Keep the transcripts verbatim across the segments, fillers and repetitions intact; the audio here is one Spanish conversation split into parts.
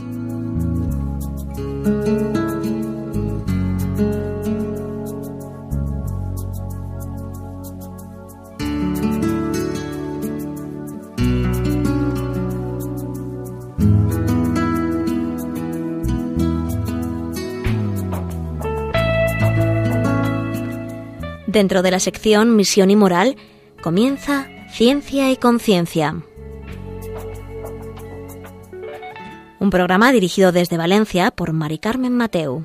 Dentro de la sección Misión y Moral, comienza Ciencia y Conciencia. Un programa dirigido desde Valencia por Mari Carmen Mateu.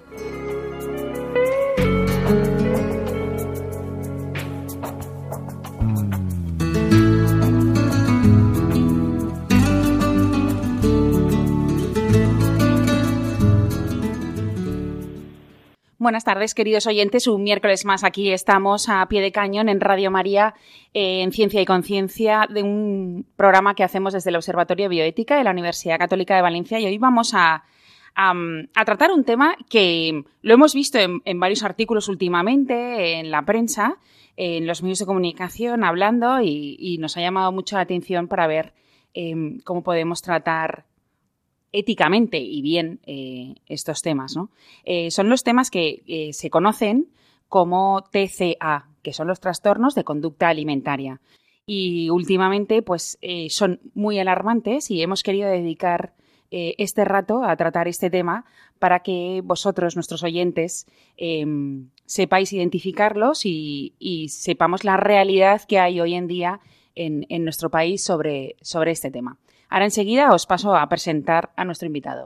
Buenas tardes, queridos oyentes. Un miércoles más aquí estamos a pie de cañón en Radio María, eh, en Ciencia y Conciencia, de un programa que hacemos desde el Observatorio de Bioética de la Universidad Católica de Valencia. Y hoy vamos a, a, a tratar un tema que lo hemos visto en, en varios artículos últimamente, en la prensa, en los medios de comunicación, hablando, y, y nos ha llamado mucho la atención para ver eh, cómo podemos tratar éticamente y bien eh, estos temas, ¿no? Eh, son los temas que eh, se conocen como T C A, que son los trastornos de conducta alimentaria. Y últimamente pues eh, son muy alarmantes y hemos querido dedicar eh, este rato a tratar este tema para que vosotros, nuestros oyentes, eh, sepáis identificarlos y, y sepamos la realidad que hay hoy en día en, en nuestro país sobre, sobre este tema. Ahora enseguida os paso a presentar a nuestro invitado.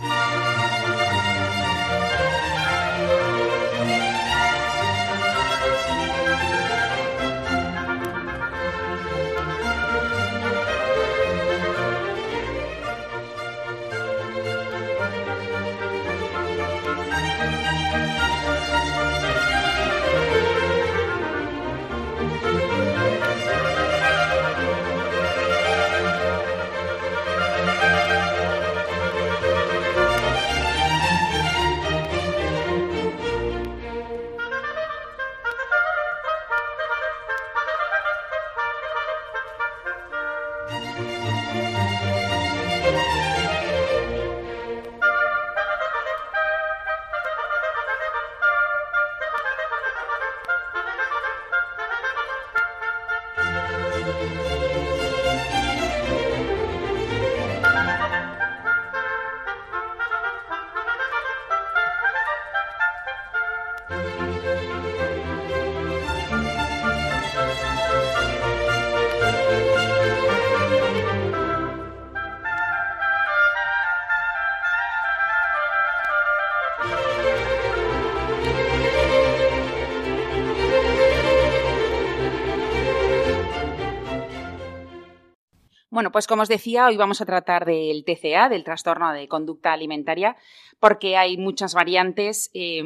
Bueno, pues como os decía, hoy vamos a tratar del T C A, del trastorno de conducta alimentaria, porque hay muchas variantes, eh,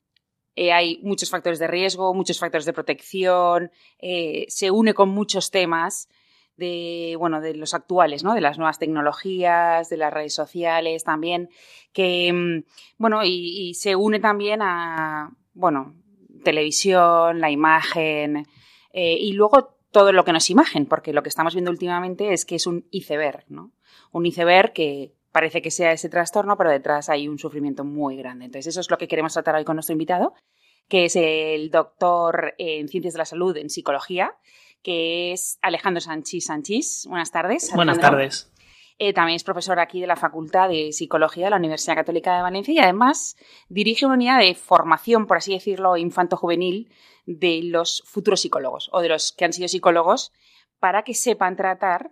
eh, hay muchos factores de riesgo, muchos factores de protección, eh, se une con muchos temas de, bueno, de los actuales, ¿no? De las nuevas tecnologías, de las redes sociales también, que, bueno, y, y se une también a, bueno, televisión, la imagen, eh, y luego todo lo que no es imagen, porque lo que estamos viendo últimamente es que es un iceberg, ¿no? Un iceberg que parece que sea ese trastorno, pero detrás hay un sufrimiento muy grande. Entonces, eso es lo que queremos tratar hoy con nuestro invitado, que es el doctor en Ciencias de la Salud en Psicología, que es Alejandro Sanchís Sanchís. Buenas tardes, Alejandro. Buenas tardes. Eh, también es profesor aquí de la Facultad de Psicología de la Universidad Católica de Valencia y además dirige una unidad de formación, por así decirlo, infanto-juvenil de los futuros psicólogos o de los que han sido psicólogos para que sepan tratar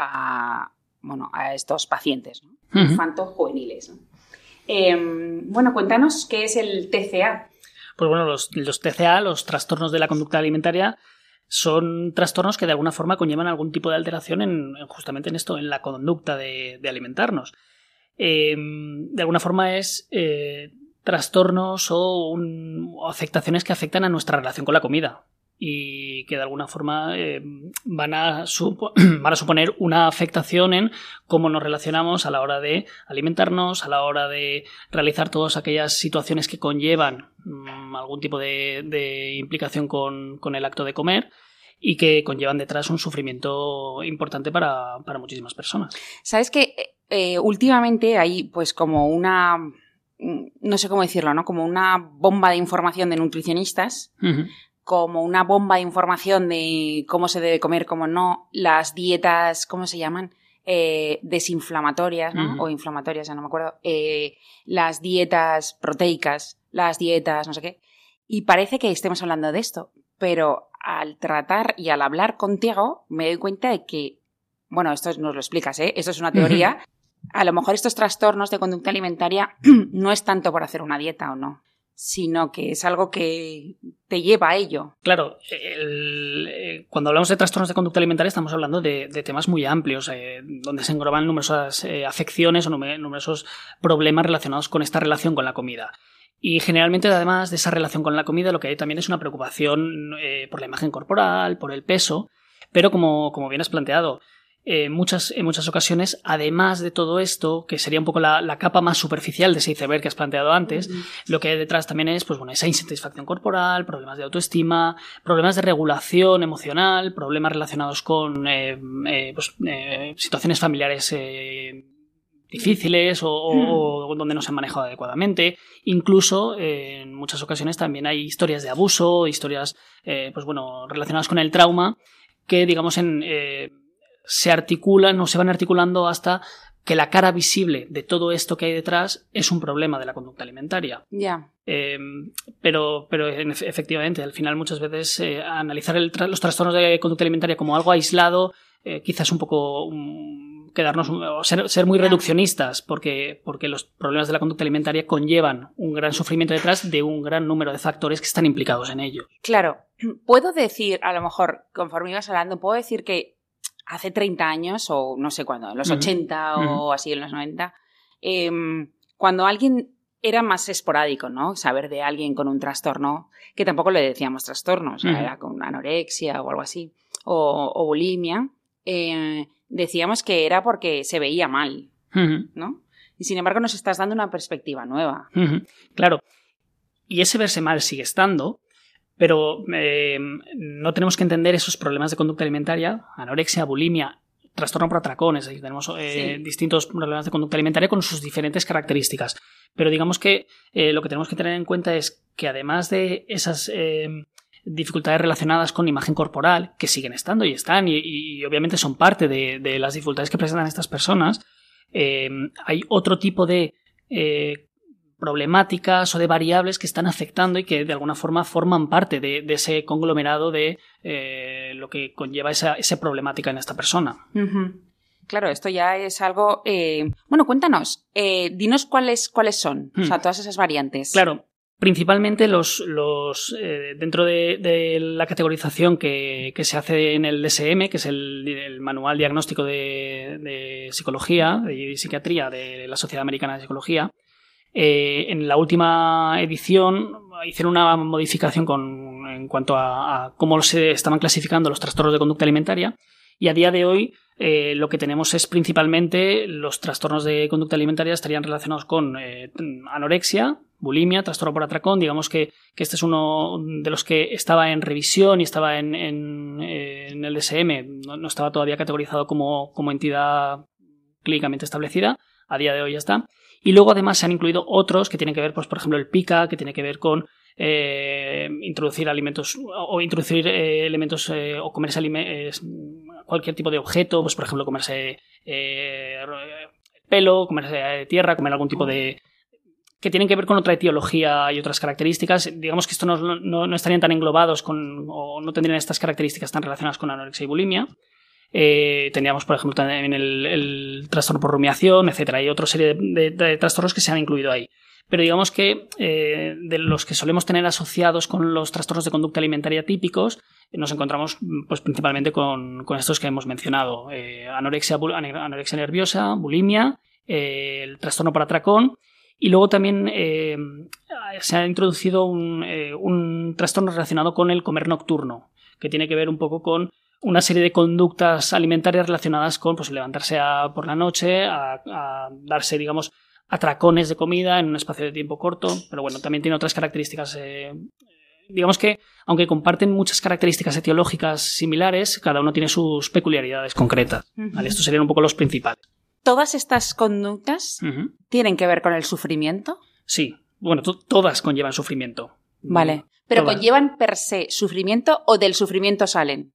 a, bueno, a estos pacientes, ¿no? Uh-huh. Infanto-juveniles, ¿no? Eh, bueno, cuéntanos qué es el T C A. Pues bueno, los, los T C A, los trastornos de la conducta alimentaria, son trastornos que de alguna forma conllevan algún tipo de alteración en, en justamente en esto, en la conducta de, de alimentarnos. Eh, de alguna forma es eh, trastornos o, un, o afectaciones que afectan a nuestra relación con la comida y que de alguna forma eh, van, a supo- van a suponer una afectación en cómo nos relacionamos a la hora de alimentarnos, a la hora de realizar todas aquellas situaciones que conllevan mmm, algún tipo de, de implicación con, con el acto de comer y que conllevan detrás un sufrimiento importante para, para muchísimas personas. ¿Sabes que eh, últimamente hay pues como una, no sé cómo decirlo, ¿no? Como una bomba de información de nutricionistas, uh-huh. como una bomba de información de cómo se debe comer, cómo no, las dietas, ¿cómo se llaman? Eh, desinflamatorias, ¿no? Uh-huh. O inflamatorias, ya no me acuerdo. Eh, las dietas proteicas, las dietas, no sé qué. Y parece que estemos hablando de esto, pero al tratar y al hablar contigo me doy cuenta de que, bueno, esto nos lo explicas, ¿eh? Esto es una teoría. Uh-huh. A lo mejor estos trastornos de conducta alimentaria no es tanto por hacer una dieta o no, sino que es algo que te lleva a ello. Claro, el, eh, cuando hablamos de trastornos de conducta alimentaria estamos hablando de, de temas muy amplios, eh, donde se engloban numerosas eh, afecciones o numerosos problemas relacionados con esta relación con la comida. Y generalmente, además de esa relación con la comida, lo que hay también es una preocupación eh, por la imagen corporal, por el peso, pero como, como bien has planteado, Eh, muchas, en muchas ocasiones, además de todo esto, que sería un poco la, la capa más superficial de ese iceberg que has planteado antes, uh-huh. lo que hay detrás también es pues, bueno, esa insatisfacción corporal, problemas de autoestima, problemas de regulación emocional, problemas relacionados con eh, eh, pues, eh, situaciones familiares eh, difíciles o, o, o donde no se han manejado adecuadamente. Incluso eh, en muchas ocasiones también hay historias de abuso, historias eh, pues, bueno, relacionadas con el trauma que, digamos, en... Eh, se articulan o se van articulando hasta que la cara visible de todo esto que hay detrás es un problema de la conducta alimentaria. Ya. Yeah. Eh, pero, pero efectivamente, al final muchas veces eh, analizar el tra- los trastornos de conducta alimentaria como algo aislado, eh, quizás un poco um, quedarnos o ser, ser muy yeah. reduccionistas, porque, porque los problemas de la conducta alimentaria conllevan un gran sufrimiento detrás de un gran número de factores que están implicados en ello. Claro. Puedo decir, a lo mejor, conforme ibas hablando, puedo decir que hace treinta años, o no sé cuándo, en los uh-huh. ochenta o uh-huh. así, en los noventa, eh, cuando alguien era más esporádico, ¿no? Saber de alguien con un trastorno, que tampoco le decíamos trastorno, o sea, uh-huh. era con anorexia o algo así, o, o bulimia, eh, decíamos que era porque se veía mal, uh-huh. ¿no? Y sin embargo nos estás dando una perspectiva nueva. Uh-huh. Claro. Y ese verse mal sigue estando, pero eh, no tenemos que entender esos problemas de conducta alimentaria, anorexia, bulimia, trastorno por atracón, es decir, tenemos eh, sí. distintos problemas de conducta alimentaria con sus diferentes características. Pero digamos que eh, lo que tenemos que tener en cuenta es que además de esas eh, dificultades relacionadas con imagen corporal, que siguen estando y están, y, y obviamente son parte de, de las dificultades que presentan estas personas, eh, hay otro tipo de eh, problemáticas o de variables que están afectando y que de alguna forma forman parte de, de ese conglomerado de eh, lo que conlleva esa, esa problemática en esta persona. Uh-huh. Claro, esto ya es algo... Eh... Bueno, cuéntanos, eh, dinos cuáles, cuáles son, hmm. o sea, todas esas variantes. Claro, principalmente los, los eh, dentro de, de la categorización que, que se hace en el D S M, que es el, el Manual Diagnóstico de, de Psicología y Psiquiatría de la Sociedad Americana de Psicología. Eh, en la última edición hicieron una modificación con, en cuanto a, a cómo se estaban clasificando los trastornos de conducta alimentaria, y a día de hoy eh, lo que tenemos es principalmente los trastornos de conducta alimentaria estarían relacionados con eh, anorexia, bulimia, trastorno por atracón. Digamos que, que este es uno de los que estaba en revisión y estaba en, en, en el D S M, no, no estaba todavía categorizado como, como entidad clínicamente establecida. A día de hoy ya está. Y luego además se han incluido otros que tienen que ver, pues por ejemplo, el PICA, que tiene que ver con eh, introducir alimentos o introducir eh, elementos eh, o comerse alime- eh, cualquier tipo de objeto, pues por ejemplo comerse eh, pelo, comerse tierra, comer algún tipo de... que tienen que ver con otra etiología y otras características. Digamos que estos no, no, no estarían tan englobados con, o no tendrían estas características tan relacionadas con anorexia y bulimia. Eh, tendríamos, por ejemplo, también el, el trastorno por rumiación, etcétera. Hay otra serie de, de, de trastornos que se han incluido ahí. Pero digamos que eh, de los que solemos tener asociados con los trastornos de conducta alimentaria típicos, nos encontramos pues principalmente con, con estos que hemos mencionado. Eh, anorexia, anorexia nerviosa, bulimia, eh, el trastorno por atracón. Y luego también eh, se ha introducido un, eh, un trastorno relacionado con el comer nocturno, que tiene que ver un poco con una serie de conductas alimentarias relacionadas con pues, levantarse a, por la noche, a, a darse, digamos, atracones de comida en un espacio de tiempo corto, pero bueno, también tiene otras características. Eh, digamos que, aunque comparten muchas características etiológicas similares, cada uno tiene sus peculiaridades concretas. Uh-huh. ¿Vale? Estos serían un poco los principales. ¿Todas estas conductas Uh-huh. tienen que ver con el sufrimiento? Sí, bueno, to- todas conllevan sufrimiento. Vale. ¿Pero Todas. conllevan per se sufrimiento o del sufrimiento salen?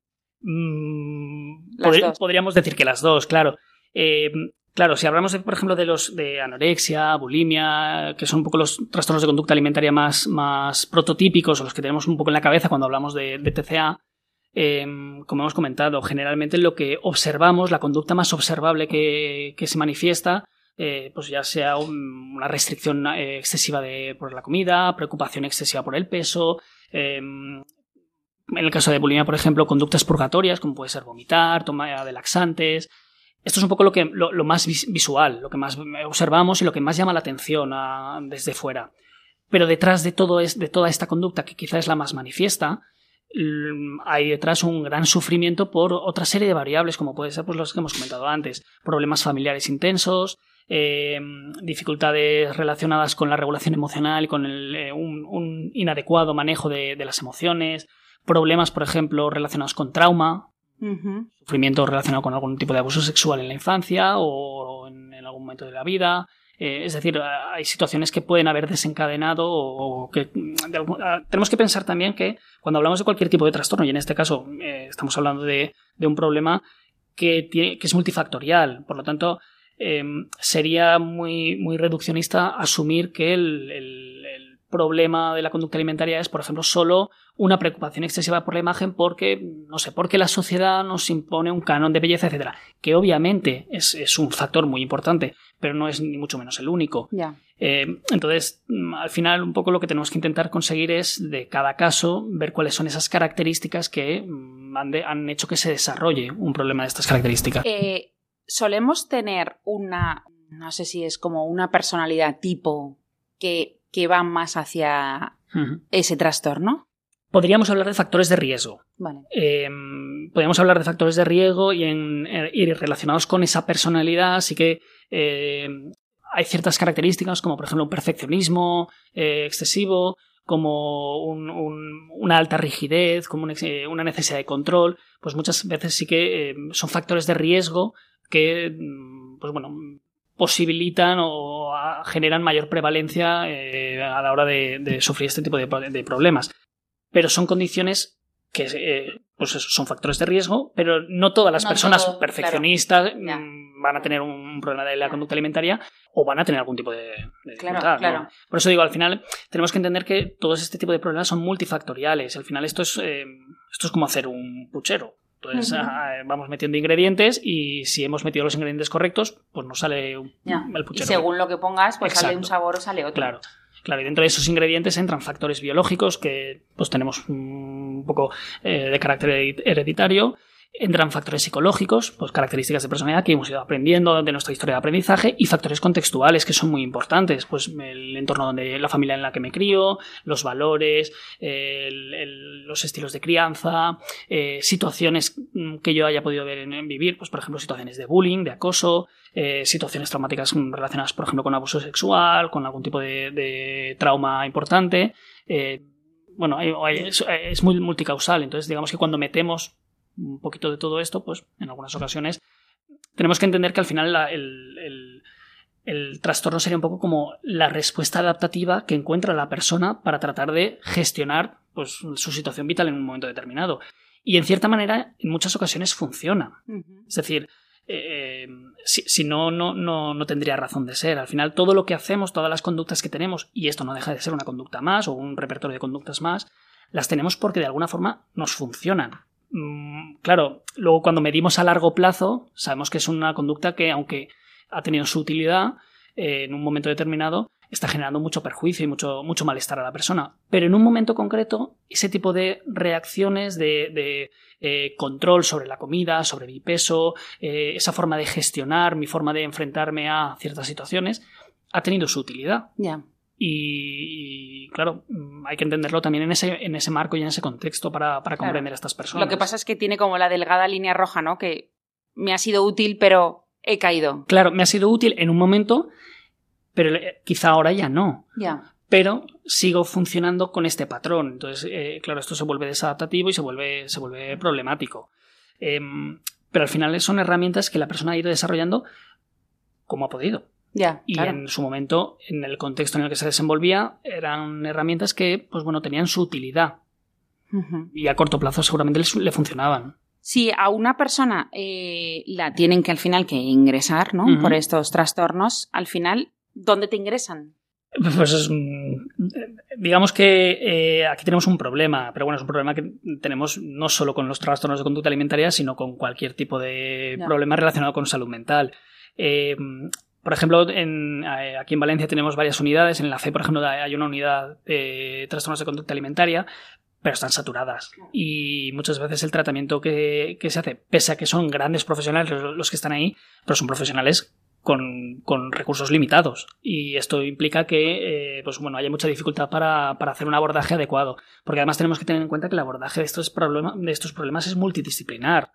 Mm, Las podri- dos. Podríamos decir que las dos, claro. Eh, claro, si hablamos, de, por ejemplo, de los de anorexia, bulimia, que son un poco los trastornos de conducta alimentaria más, más prototípicos o los que tenemos un poco en la cabeza cuando hablamos de, de T C A, eh, como hemos comentado, generalmente lo que observamos, la conducta más observable que, que se manifiesta, eh, pues ya sea un, una restricción eh, excesiva de, por la comida, preocupación excesiva por el peso, eh, en el caso de bulimia, por ejemplo, conductas purgatorias, como puede ser vomitar, toma de laxantes. Esto es un poco lo, que, lo, lo más vis- visual, lo que más observamos y lo que más llama la atención a, desde fuera. Pero detrás de, todo es, de toda esta conducta, que quizá es la más manifiesta, hay detrás un gran sufrimiento por otra serie de variables, como puede ser pues, los que hemos comentado antes. Problemas familiares intensos, eh, dificultades relacionadas con la regulación emocional y con el, eh, un, un inadecuado manejo de, de las emociones, problemas, por ejemplo, relacionados con trauma, Uh-huh. sufrimiento relacionado con algún tipo de abuso sexual en la infancia o en, en algún momento de la vida. Eh, es decir, hay situaciones que pueden haber desencadenado o, o que de algún, tenemos que pensar también que cuando hablamos de cualquier tipo de trastorno, y en este caso eh, estamos hablando de, de un problema que, tiene, que es multifactorial, por lo tanto eh, sería muy, muy reduccionista asumir que el, el, el problema de la conducta alimentaria es, por ejemplo, solo una preocupación excesiva por la imagen porque, no sé, porque la sociedad nos impone un canon de belleza, etcétera, que obviamente es, es un factor muy importante, pero no es ni mucho menos el único. Ya. Eh, entonces, al final, un poco lo que tenemos que intentar conseguir es, de cada caso, ver cuáles son esas características que han, de, han hecho que se desarrolle un problema de estas características. Eh, solemos tener una, no sé si es como una personalidad tipo que, que va más hacia Uh-huh. ese trastorno. Podríamos hablar de factores de riesgo. Vale. Eh, podríamos hablar de factores de riesgo y, en, y relacionados con esa personalidad sí que eh, hay ciertas características como por ejemplo un perfeccionismo eh, excesivo, como un, un, una alta rigidez, como un, una necesidad de control. Pues muchas veces sí que eh, son factores de riesgo que pues bueno posibilitan o generan mayor prevalencia eh, a la hora de, de sufrir este tipo de, de problemas. Pero son condiciones que eh, pues eso, son factores de riesgo, pero no todas las no personas todo, perfeccionistas claro. mmm, van a tener un problema de la conducta alimentaria o van a tener algún tipo de, de dificultad. Claro, claro. ¿no? Por eso digo, al final tenemos que entender que todos este tipo de problemas son multifactoriales. Al final esto es, eh, esto es como hacer un puchero. Entonces uh-huh. ah, vamos metiendo ingredientes y si hemos metido los ingredientes correctos, pues nos sale un, el puchero. Y según lo que pongas, pues Exacto. sale un sabor o sale otro. Claro. Claro, y dentro de esos ingredientes entran factores biológicos que pues tenemos un poco eh, de carácter hereditario, entran factores psicológicos, pues características de personalidad que hemos ido aprendiendo de nuestra historia de aprendizaje y factores contextuales que son muy importantes, pues el entorno donde la familia en la que me crío, los valores, el, el, los estilos de crianza, eh, situaciones que yo haya podido ver en, en vivir, pues por ejemplo situaciones de bullying, de acoso, eh, situaciones traumáticas relacionadas por ejemplo con abuso sexual, con algún tipo de, de trauma importante. Eh, bueno, hay, hay, es, es muy multicausal, entonces digamos que cuando metemos un poquito de todo esto, pues en algunas ocasiones tenemos que entender que al final la, el, el, el trastorno sería un poco como la respuesta adaptativa que encuentra la persona para tratar de gestionar pues, su situación vital en un momento determinado. Y en cierta manera, en muchas ocasiones funciona. Uh-huh. Es decir, eh, si, si no, no, no, no tendría razón de ser. Al final, todo lo que hacemos, todas las conductas que tenemos, y esto no deja de ser una conducta más o un repertorio de conductas más, las tenemos porque de alguna forma nos funcionan. Claro, luego cuando medimos a largo plazo sabemos que es una conducta que aunque ha tenido su utilidad eh, en un momento determinado está generando mucho perjuicio y mucho, mucho malestar a la persona, pero en un momento concreto ese tipo de reacciones de, de eh, control sobre la comida, sobre mi peso, eh, esa forma de gestionar, mi forma de enfrentarme a ciertas situaciones ha tenido su utilidad. Ya. Yeah. Y, y claro, hay que entenderlo también en ese, en ese marco y en ese contexto para, para comprender claro. a estas personas. Lo que pasa es que tiene como la delgada línea roja, ¿no? Que me ha sido útil, pero he caído. Claro, me ha sido útil en un momento, pero quizá ahora ya no. Ya. Yeah. Pero sigo funcionando con este patrón. Entonces, eh, claro, esto se vuelve desadaptativo y se vuelve, se vuelve problemático. Eh, pero al final son herramientas que la persona ha ido desarrollando como ha podido. Ya, y claro. En su momento, en el contexto en el que se desenvolvía, eran herramientas que, pues bueno, tenían su utilidad. Uh-huh. Y a corto plazo seguramente le, le funcionaban. Si a una persona eh, la tienen que al final que ingresar, ¿no? Uh-huh. Por estos trastornos, al final, ¿dónde te ingresan? Pues es, digamos que eh, aquí tenemos un problema, pero bueno, es un problema que tenemos no solo con los trastornos de conducta alimentaria, sino con cualquier tipo de no. problema relacionado con salud mental. Eh, por ejemplo, en, eh, aquí en Valencia tenemos varias unidades. En la F E, por ejemplo, hay una unidad de trastornos de conducta alimentaria, pero están saturadas. Y muchas veces el tratamiento que, que se hace, pese a que son grandes profesionales los que están ahí, pero son profesionales Con, con recursos limitados, y esto implica que eh, pues bueno, haya mucha dificultad para, para hacer un abordaje adecuado, porque además tenemos que tener en cuenta que el abordaje de estos, problema, de estos problemas es multidisciplinar.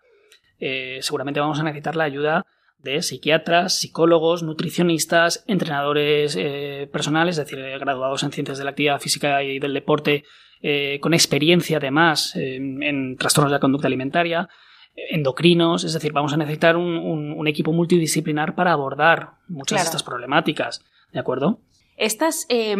Eh, seguramente vamos a necesitar la ayuda de psiquiatras, psicólogos, nutricionistas, entrenadores eh, personales, es decir, graduados en ciencias de la actividad física y del deporte, eh, con experiencia además eh, en trastornos de la conducta alimentaria, endocrinos, es decir, vamos a necesitar un, un, un equipo multidisciplinar para abordar muchas claro. de estas problemáticas, ¿de acuerdo? Estas, eh,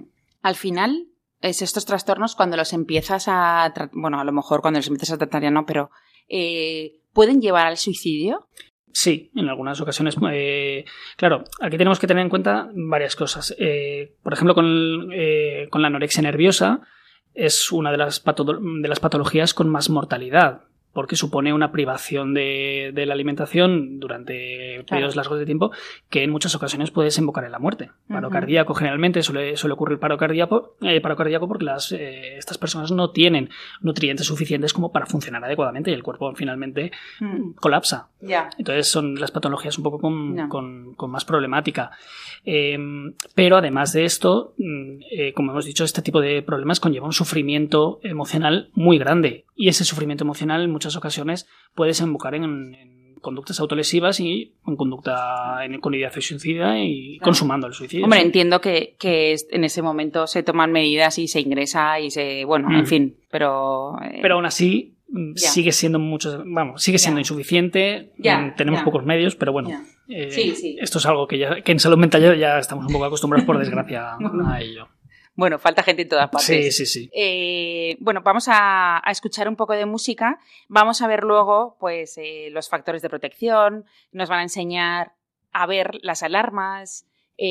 al final, es estos trastornos cuando los empiezas a tratar, bueno, a lo mejor cuando los empiezas a tratar ya no, pero eh, ¿pueden llevar al suicidio? Sí, en algunas ocasiones. Eh, claro, aquí tenemos que tener en cuenta varias cosas. Eh, por ejemplo, con, eh, con la anorexia nerviosa es una de las, pato- de las patologías con más mortalidad, porque supone una privación de, de la alimentación durante periodos claro. largos de tiempo que en muchas ocasiones puede desembocar en la muerte. Paro uh-huh. cardíaco generalmente suele, suele ocurrir paro cardíaco, eh, paro cardíaco porque las, eh, estas personas no tienen nutrientes suficientes como para funcionar adecuadamente y el cuerpo finalmente uh-huh. colapsa. Yeah. Entonces son las patologías un poco con, no. con, con más problemática. Eh, pero además de esto, eh, como hemos dicho, este tipo de problemas conlleva un sufrimiento emocional muy grande, y ese sufrimiento emocional en muchas ocasiones puede desembocar en, en conductas autolesivas y en conducta en, con ideación suicida y claro. consumando el suicidio. Hombre, ¿sí? entiendo que, que en ese momento se toman medidas y se ingresa y se... Bueno, mm. en fin, pero... Eh... Pero aún así ya. sigue siendo mucho... Vamos, sigue siendo ya. insuficiente. Ya. Tenemos ya. pocos medios, pero bueno. Eh, sí, sí. Esto es algo que, ya, que en salud mental ya, ya estamos un poco acostumbrados, por desgracia, a ello. Bueno, falta gente en todas partes. Sí, sí, sí. Eh, bueno, vamos a, a escuchar un poco de música. Vamos a ver luego pues, eh, los factores de protección. Nos van a enseñar a ver las alarmas eh,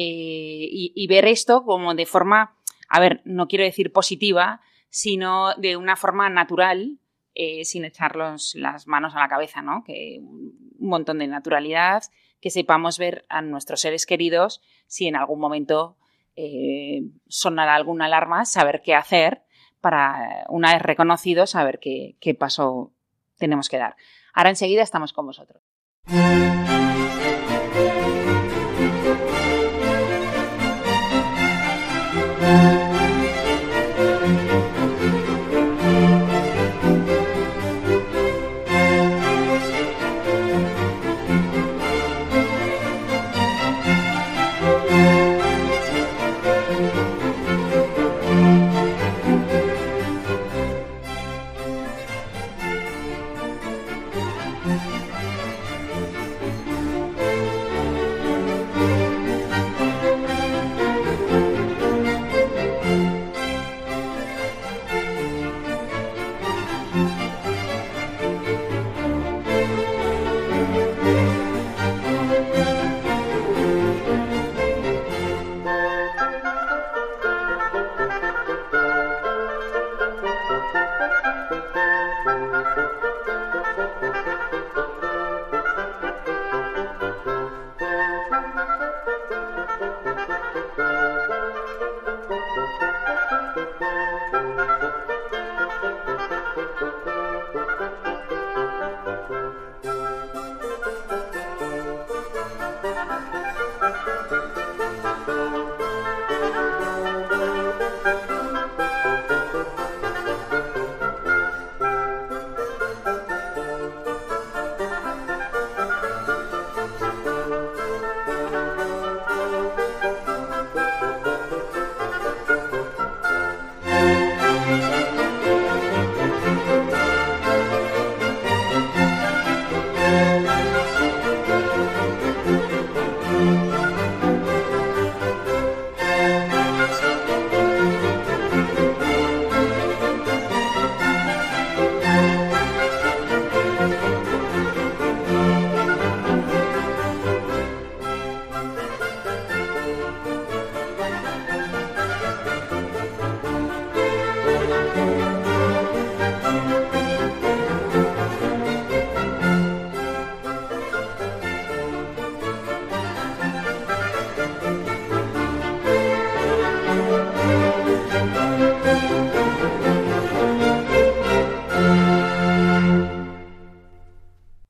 y, y ver esto como de forma, a ver, no quiero decir positiva, sino de una forma natural, eh, sin echarlos las manos a la cabeza, ¿no? Que un montón de naturalidad, que sepamos ver a nuestros seres queridos si en algún momento... Eh, sonar alguna alarma, saber qué hacer para, una vez reconocido, saber qué, qué paso tenemos que dar. Ahora enseguida estamos con vosotros.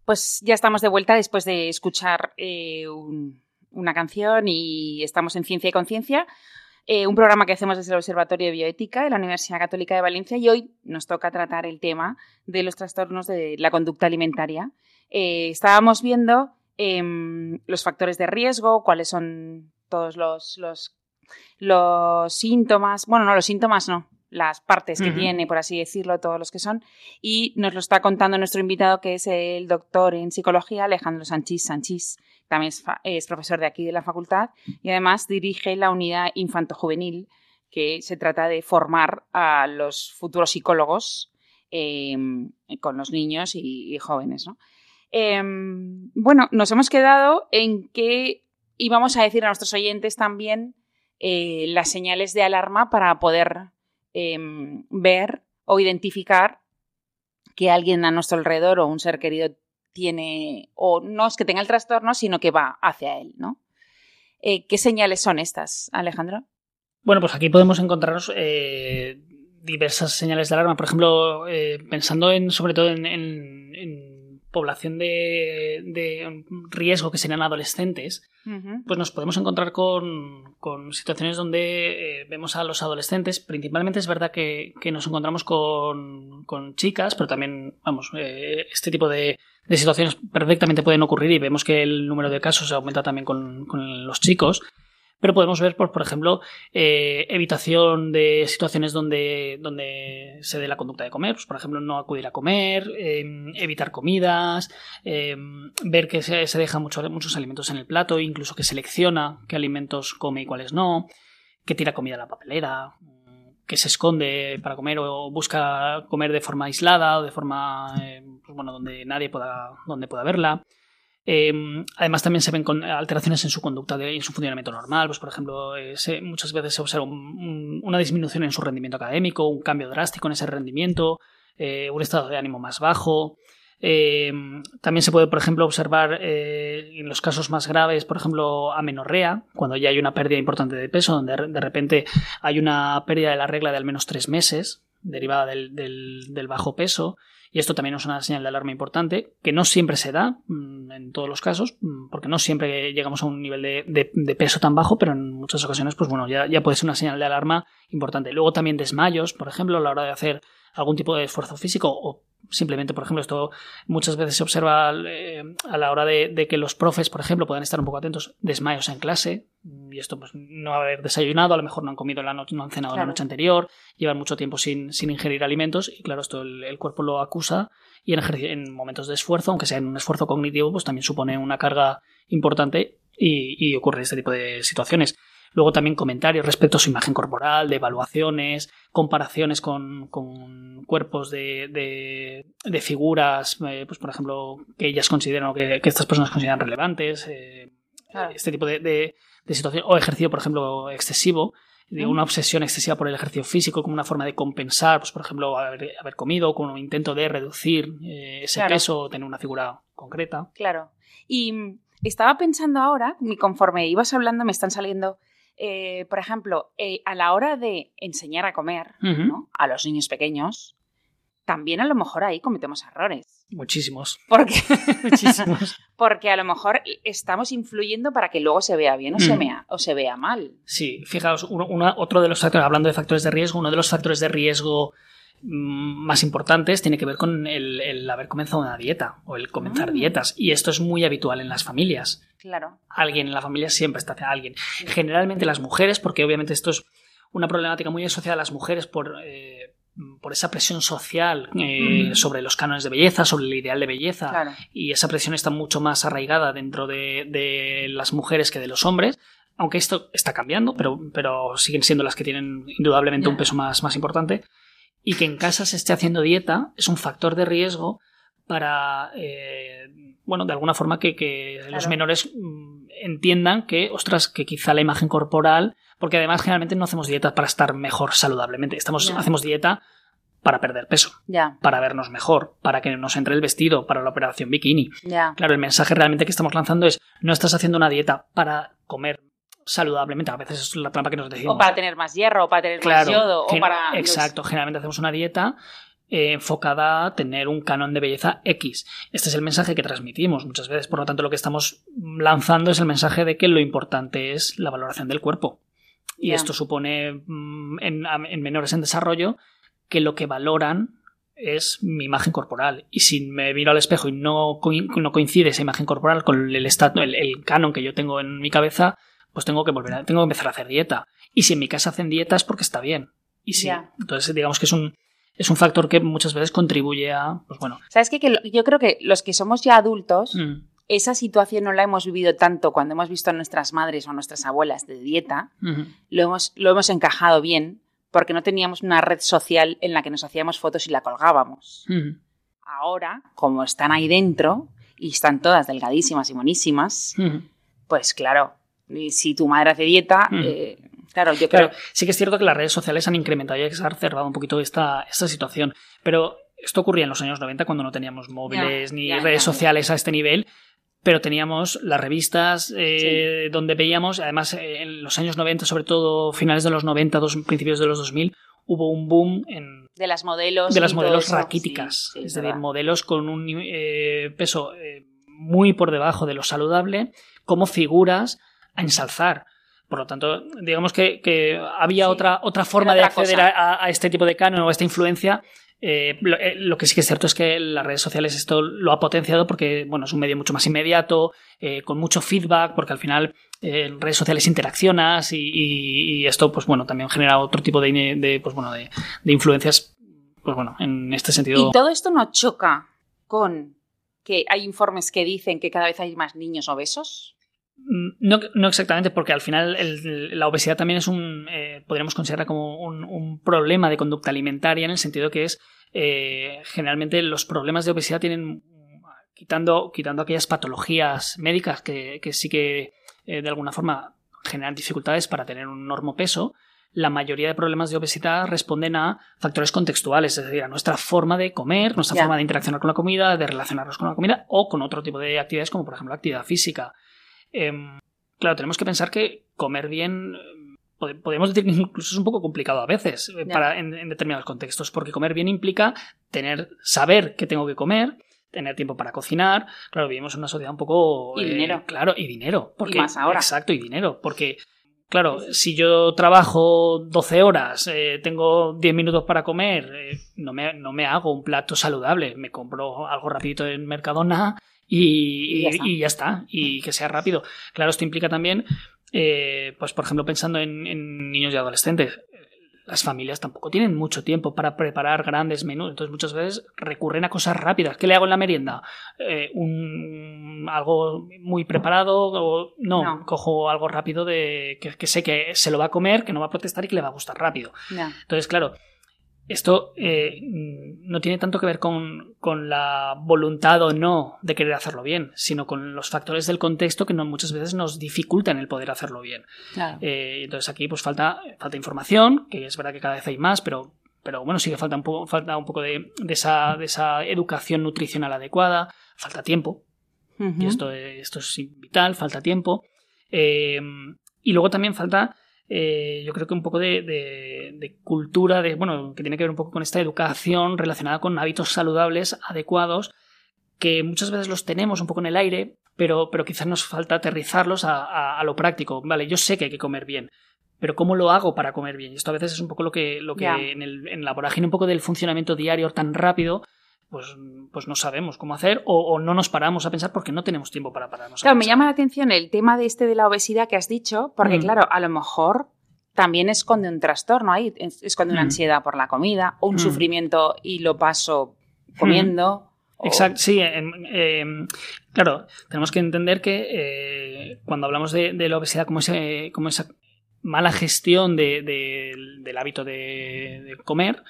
Pues ya estamos de vuelta después de escuchar eh, un, una canción y estamos en Ciencia y Conciencia, eh, un programa que hacemos desde el Observatorio de Bioética de la Universidad Católica de Valencia, y hoy nos toca tratar el tema de los trastornos de la conducta alimentaria. Eh, estábamos viendo eh, los factores de riesgo, cuáles son todos los, los, los síntomas, bueno, no, los síntomas no, las partes que uh-huh. tiene, por así decirlo, todos los que son, y nos lo está contando nuestro invitado, que es el doctor en psicología Alejandro Sanchís Sanchís. También es, fa- es profesor de aquí de la facultad y además dirige la unidad infanto-juvenil, que se trata de formar a los futuros psicólogos eh, con los niños y, y jóvenes, ¿no? Eh, bueno, nos hemos quedado en que íbamos a decir a nuestros oyentes también eh, las señales de alarma para poder eh, ver o identificar que alguien a nuestro alrededor o un ser querido tiene, o no es que tenga el trastorno, sino que va hacia él, ¿no? Eh, ¿Qué señales son estas, Alejandro? Bueno, pues aquí podemos encontrarnos eh, diversas señales de alarma. Por ejemplo, eh, pensando en, sobre todo en, en, en población de, de riesgo, que serían adolescentes, uh-huh. pues nos podemos encontrar con, con situaciones donde eh, vemos a los adolescentes. Principalmente es verdad que, que nos encontramos con, con chicas, pero también, vamos, eh, este tipo de, de situaciones perfectamente pueden ocurrir y vemos que el número de casos aumenta también con, con los chicos. Pero podemos ver, por, por ejemplo, eh, evitación de situaciones donde, donde se dé la conducta de comer. Pues, por ejemplo, no acudir a comer, eh, evitar comidas, eh, ver que se, se deja mucho, muchos alimentos en el plato, incluso que selecciona qué alimentos come y cuáles no, que tira comida a la papelera, que se esconde para comer o busca comer de forma aislada o de forma, eh, pues, bueno, donde nadie pueda, donde pueda verla. Eh, además también se ven con alteraciones en su conducta y en su funcionamiento normal. Pues, por ejemplo, eh, se, muchas veces se observa un, un, una disminución en su rendimiento académico, un cambio drástico en ese rendimiento, eh, un estado de ánimo más bajo. Eh, también se puede, por ejemplo, observar eh, en los casos más graves, por ejemplo, amenorrea, cuando ya hay una pérdida importante de peso, donde de repente hay una pérdida de la regla de al menos tres meses derivada del, del, del bajo peso. Y esto también es una señal de alarma importante, que no siempre se da mmm, en todos los casos, porque no siempre llegamos a un nivel de, de, de peso tan bajo, pero en muchas ocasiones, pues bueno, ya, ya puede ser una señal de alarma importante. Luego también desmayos, por ejemplo, a la hora de hacer algún tipo de esfuerzo físico, o simplemente, por ejemplo, esto muchas veces se observa eh, a la hora de, de que los profes, por ejemplo, puedan estar un poco atentos, desmayos en clase, y esto pues no haber desayunado, a lo mejor no han comido la noche, no han cenado claro. la noche anterior, llevan mucho tiempo sin, sin ingerir alimentos, y claro, esto el, el cuerpo lo acusa, y en, ejerc- en momentos de esfuerzo, aunque sea en un esfuerzo cognitivo, pues también supone una carga importante y, y ocurre este tipo de situaciones. Luego también comentarios respecto a su imagen corporal, de evaluaciones, comparaciones con, con cuerpos de, de, de figuras, eh, pues por ejemplo, que ellas consideran o que, que estas personas consideran relevantes, eh, claro. este tipo de, de, de situación, o ejercicio, por ejemplo, excesivo, de una obsesión excesiva por el ejercicio físico como una forma de compensar, pues por ejemplo, haber, haber comido, con un intento de reducir eh, ese claro. peso o tener una figura concreta. Claro. Y estaba pensando ahora, conforme ibas hablando, me están saliendo... Eh, por ejemplo, eh, a la hora de enseñar a comer, uh-huh. ¿no? a los niños pequeños, también a lo mejor ahí cometemos errores. Muchísimos. Porque, Muchísimos. Porque a lo mejor estamos influyendo para que luego se vea bien o, mm. se, vea, o se vea mal. Sí, fijaos, uno, una, otro de los factores, hablando de factores de riesgo, uno de los factores de riesgo más importantes tiene que ver con el, el haber comenzado una dieta o el comenzar mm. dietas, y esto es muy habitual en las familias. Claro. Alguien en la familia siempre está hacia alguien. Generalmente las mujeres, porque obviamente esto es una problemática muy asociada a las mujeres por, eh, por esa presión social eh, mm. sobre los cánones de belleza, sobre el ideal de belleza, claro. y esa presión está mucho más arraigada dentro de, de las mujeres que de los hombres. Aunque esto está cambiando, pero, pero siguen siendo las que tienen indudablemente yeah. un peso más, más importante. Y que en casa se esté haciendo dieta es un factor de riesgo para, eh, bueno, de alguna forma que, que claro. los menores mm, entiendan que, ostras, que quizá la imagen corporal, porque además generalmente no hacemos dieta para estar mejor saludablemente, estamos, yeah. hacemos dieta para perder peso, yeah. para vernos mejor, para que nos entre el vestido, para la operación bikini. Yeah. Claro, el mensaje realmente que estamos lanzando es, no estás haciendo una dieta para comer saludablemente, a veces es la trampa que nos decimos. O para tener más hierro, o para tener claro, más yodo, o gen- para... Exacto, generalmente hacemos una dieta eh, enfocada a tener un canon de belleza X. Este es el mensaje que transmitimos muchas veces, por lo tanto lo que estamos lanzando es el mensaje de que lo importante es la valoración del cuerpo. Y yeah. esto supone mm, en, en menores en desarrollo que lo que valoran es mi imagen corporal. Y si me miro al espejo y no, co- no coincide esa imagen corporal con el, estatu- el, el canon que yo tengo en mi cabeza, pues tengo que volver a, tengo que empezar a hacer dieta. Y si en mi casa hacen dieta es porque está bien. Y sí, yeah. entonces digamos que es un, es un factor que muchas veces contribuye a, pues bueno. ¿Sabes qué? Que lo, yo creo que los que somos ya adultos, mm. esa situación no la hemos vivido tanto cuando hemos visto a nuestras madres o a nuestras abuelas de dieta, mm. lo hemos, lo hemos encajado bien, porque no teníamos una red social en la que nos hacíamos fotos y la colgábamos. Mm. Ahora, como están ahí dentro y están todas delgadísimas y monísimas, mm. pues claro, si tu madre hace dieta, mm. eh, claro, yo claro, creo... Sí que es cierto que las redes sociales han incrementado y exacerbado un poquito esta, esta situación, pero esto ocurría en los años noventa cuando no teníamos móviles ya, ni ya, redes ya, sociales ya. a este nivel. Pero teníamos las revistas eh, sí. donde veíamos, además eh, en los años noventa, sobre todo finales de los noventa, dos, principios de los dos mil, hubo un boom en de las modelos de las modelos raquíticas, sí, sí, es decir, verdad. modelos con un eh, peso eh, muy por debajo de lo saludable, como figuras a ensalzar. Por lo tanto, digamos que, que había sí. otra, otra forma otra de acceder a, a este tipo de canon o a esta influencia. Eh, lo, eh, lo que sí que es cierto es que las redes sociales esto lo ha potenciado porque bueno, es un medio mucho más inmediato, eh, con mucho feedback, porque al final eh, en redes sociales interaccionas y, y, y esto pues bueno también genera otro tipo de, de, pues, bueno, de, de influencias pues bueno en este sentido. Y todo esto no choca con que hay informes que dicen que cada vez hay más niños obesos. No, no exactamente, porque al final el, la obesidad también es un, eh, podríamos considerar como un, un problema de conducta alimentaria, en el sentido que es, eh, generalmente los problemas de obesidad tienen, quitando, quitando aquellas patologías médicas que, que sí que eh, de alguna forma generan dificultades para tener un normopeso, la mayoría de problemas de obesidad responden a factores contextuales, es decir, a nuestra forma de comer, nuestra yeah. forma de interaccionar con la comida, de relacionarnos con la comida o con otro tipo de actividades como por ejemplo la actividad física. Eh, claro, tenemos que pensar que comer bien, eh, podemos decir que incluso es un poco complicado a veces eh, para, en, en determinados contextos, porque comer bien implica tener, saber qué tengo que comer, tener tiempo para cocinar. Claro, vivimos en una sociedad un poco... Y eh, dinero. Claro, y dinero. Porque, y más ahora. Exacto, y dinero. Porque, claro, si yo trabajo doce horas, eh, tengo diez minutos para comer, eh, no, me, no me hago un plato saludable, me compro algo rapidito en Mercadona... Y, y, ya y ya está, y que sea rápido. Claro, esto implica también, eh, pues por ejemplo, pensando en, en niños y adolescentes, las familias tampoco tienen mucho tiempo para preparar grandes menús, entonces muchas veces recurren a cosas rápidas. ¿Qué le hago en la merienda? Eh, un, algo muy preparado o no, no, cojo algo rápido de que, que sé que se lo va a comer, que no va a protestar y que le va a gustar rápido. No. Entonces, claro, esto eh, no tiene tanto que ver con, con la voluntad o no de querer hacerlo bien, sino con los factores del contexto que no, muchas veces nos dificultan el poder hacerlo bien. Claro. Eh, entonces aquí pues falta, falta información, que es verdad que cada vez hay más, pero, pero bueno, sí que falta un poco, falta un poco de, de, esa, de esa educación nutricional adecuada, falta tiempo, uh-huh. y esto, esto es vital, falta tiempo. Eh, y luego también falta... Eh, yo creo que un poco de, de, de cultura, de bueno, que tiene que ver un poco con esta educación relacionada con hábitos saludables adecuados, que muchas veces los tenemos un poco en el aire, pero, pero quizás nos falta aterrizarlos a, a, a lo práctico. Vale, yo sé que hay que comer bien, pero ¿cómo lo hago para comer bien? Y esto a veces es un poco lo que, lo que yeah. en, el, en la vorágine un poco del funcionamiento diario tan rápido, pues, pues no sabemos cómo hacer o, o no nos paramos a pensar porque no tenemos tiempo para pararnos claro, a pensar. Me llama la atención el tema de este de la obesidad que has dicho, porque mm. claro, a lo mejor también esconde un trastorno ahí, esconde una mm. ansiedad por la comida o un mm. sufrimiento y lo paso comiendo. Mm. Exacto, o... sí. Eh, eh, claro, tenemos que entender que eh, cuando hablamos de, de la obesidad como, ese, como esa mala gestión de, de, del hábito de, de comer,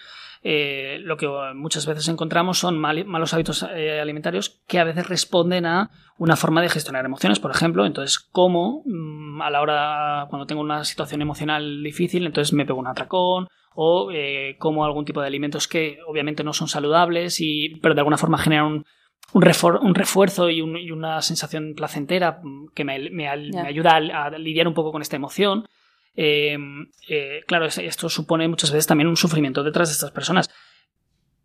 Eh, lo que muchas veces encontramos son mal, malos hábitos eh, alimentarios que a veces responden a una forma de gestionar emociones, por ejemplo. Entonces, como mmm, a la hora, cuando tengo una situación emocional difícil, entonces me pego un atracón o eh, como algún tipo de alimentos que obviamente no son saludables, y, pero de alguna forma generan un, un, refor, un refuerzo y, un, y una sensación placentera que me, me, yeah. me ayuda a, a lidiar un poco con esta emoción. Eh, eh, claro, esto supone muchas veces también un sufrimiento detrás de estas personas.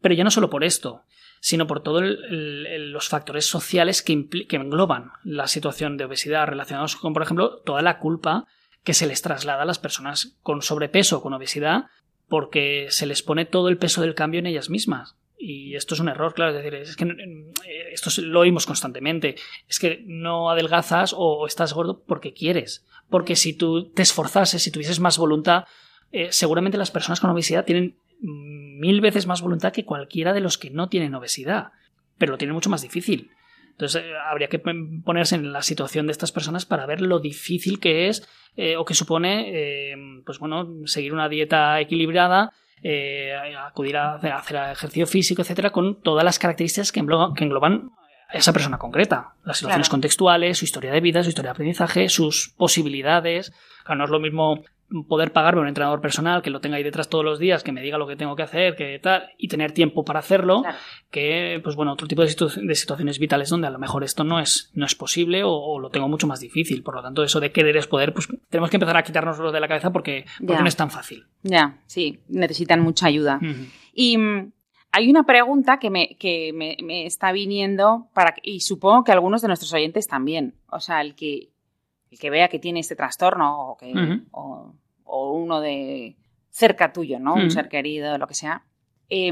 Pero ya no solo por esto, sino por todos los factores sociales que, impl- que engloban la situación de obesidad, relacionados con, por ejemplo, toda la culpa que se les traslada a las personas con sobrepeso o con obesidad, porque se les pone todo el peso del cambio en ellas mismas. Y esto es un error, claro, es decir, es que esto lo oímos constantemente, es que no adelgazas o estás gordo porque quieres, porque si tú te esforzases, si tuvieses más voluntad, eh, seguramente las personas con obesidad tienen mil veces más voluntad que cualquiera de los que no tienen obesidad, pero lo tienen mucho más difícil. Entonces eh, habría que ponerse en la situación de estas personas para ver lo difícil que es eh, o que supone eh, pues bueno, seguir una dieta equilibrada, eh, acudir a hacer, a hacer ejercicio físico, etcétera, con todas las características que engloban, que engloban a esa persona concreta. Las situaciones claro. contextuales, su historia de vida, su historia de aprendizaje, sus posibilidades. Claro, no es lo mismo poder pagarme a un entrenador personal que lo tenga ahí detrás todos los días, que me diga lo que tengo que hacer, que tal, y tener tiempo para hacerlo, claro. que, pues bueno, otro tipo de, situ- de situaciones vitales donde a lo mejor esto no es, no es posible o, o lo tengo mucho más difícil. Por lo tanto, eso de querer es poder, pues tenemos que empezar a quitárnoslo de la cabeza porque, porque no es tan fácil. Ya, sí, necesitan mucha ayuda. Uh-huh. Y mm, hay una pregunta que, me, que me, me está viniendo, para y supongo que algunos de nuestros oyentes también. O sea, el que, el que vea que tiene este trastorno o que... Uh-huh. o, o uno de cerca tuyo, ¿no? Mm. Un ser querido, lo que sea. Eh,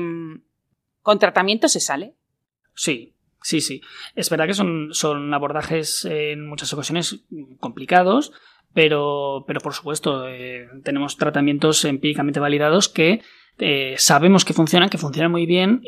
¿Con tratamiento se sale? Sí, sí, sí. Es verdad que son, son abordajes eh, en muchas ocasiones complicados, pero, pero por supuesto eh, tenemos tratamientos empíricamente validados que eh, sabemos que funcionan, que funcionan muy bien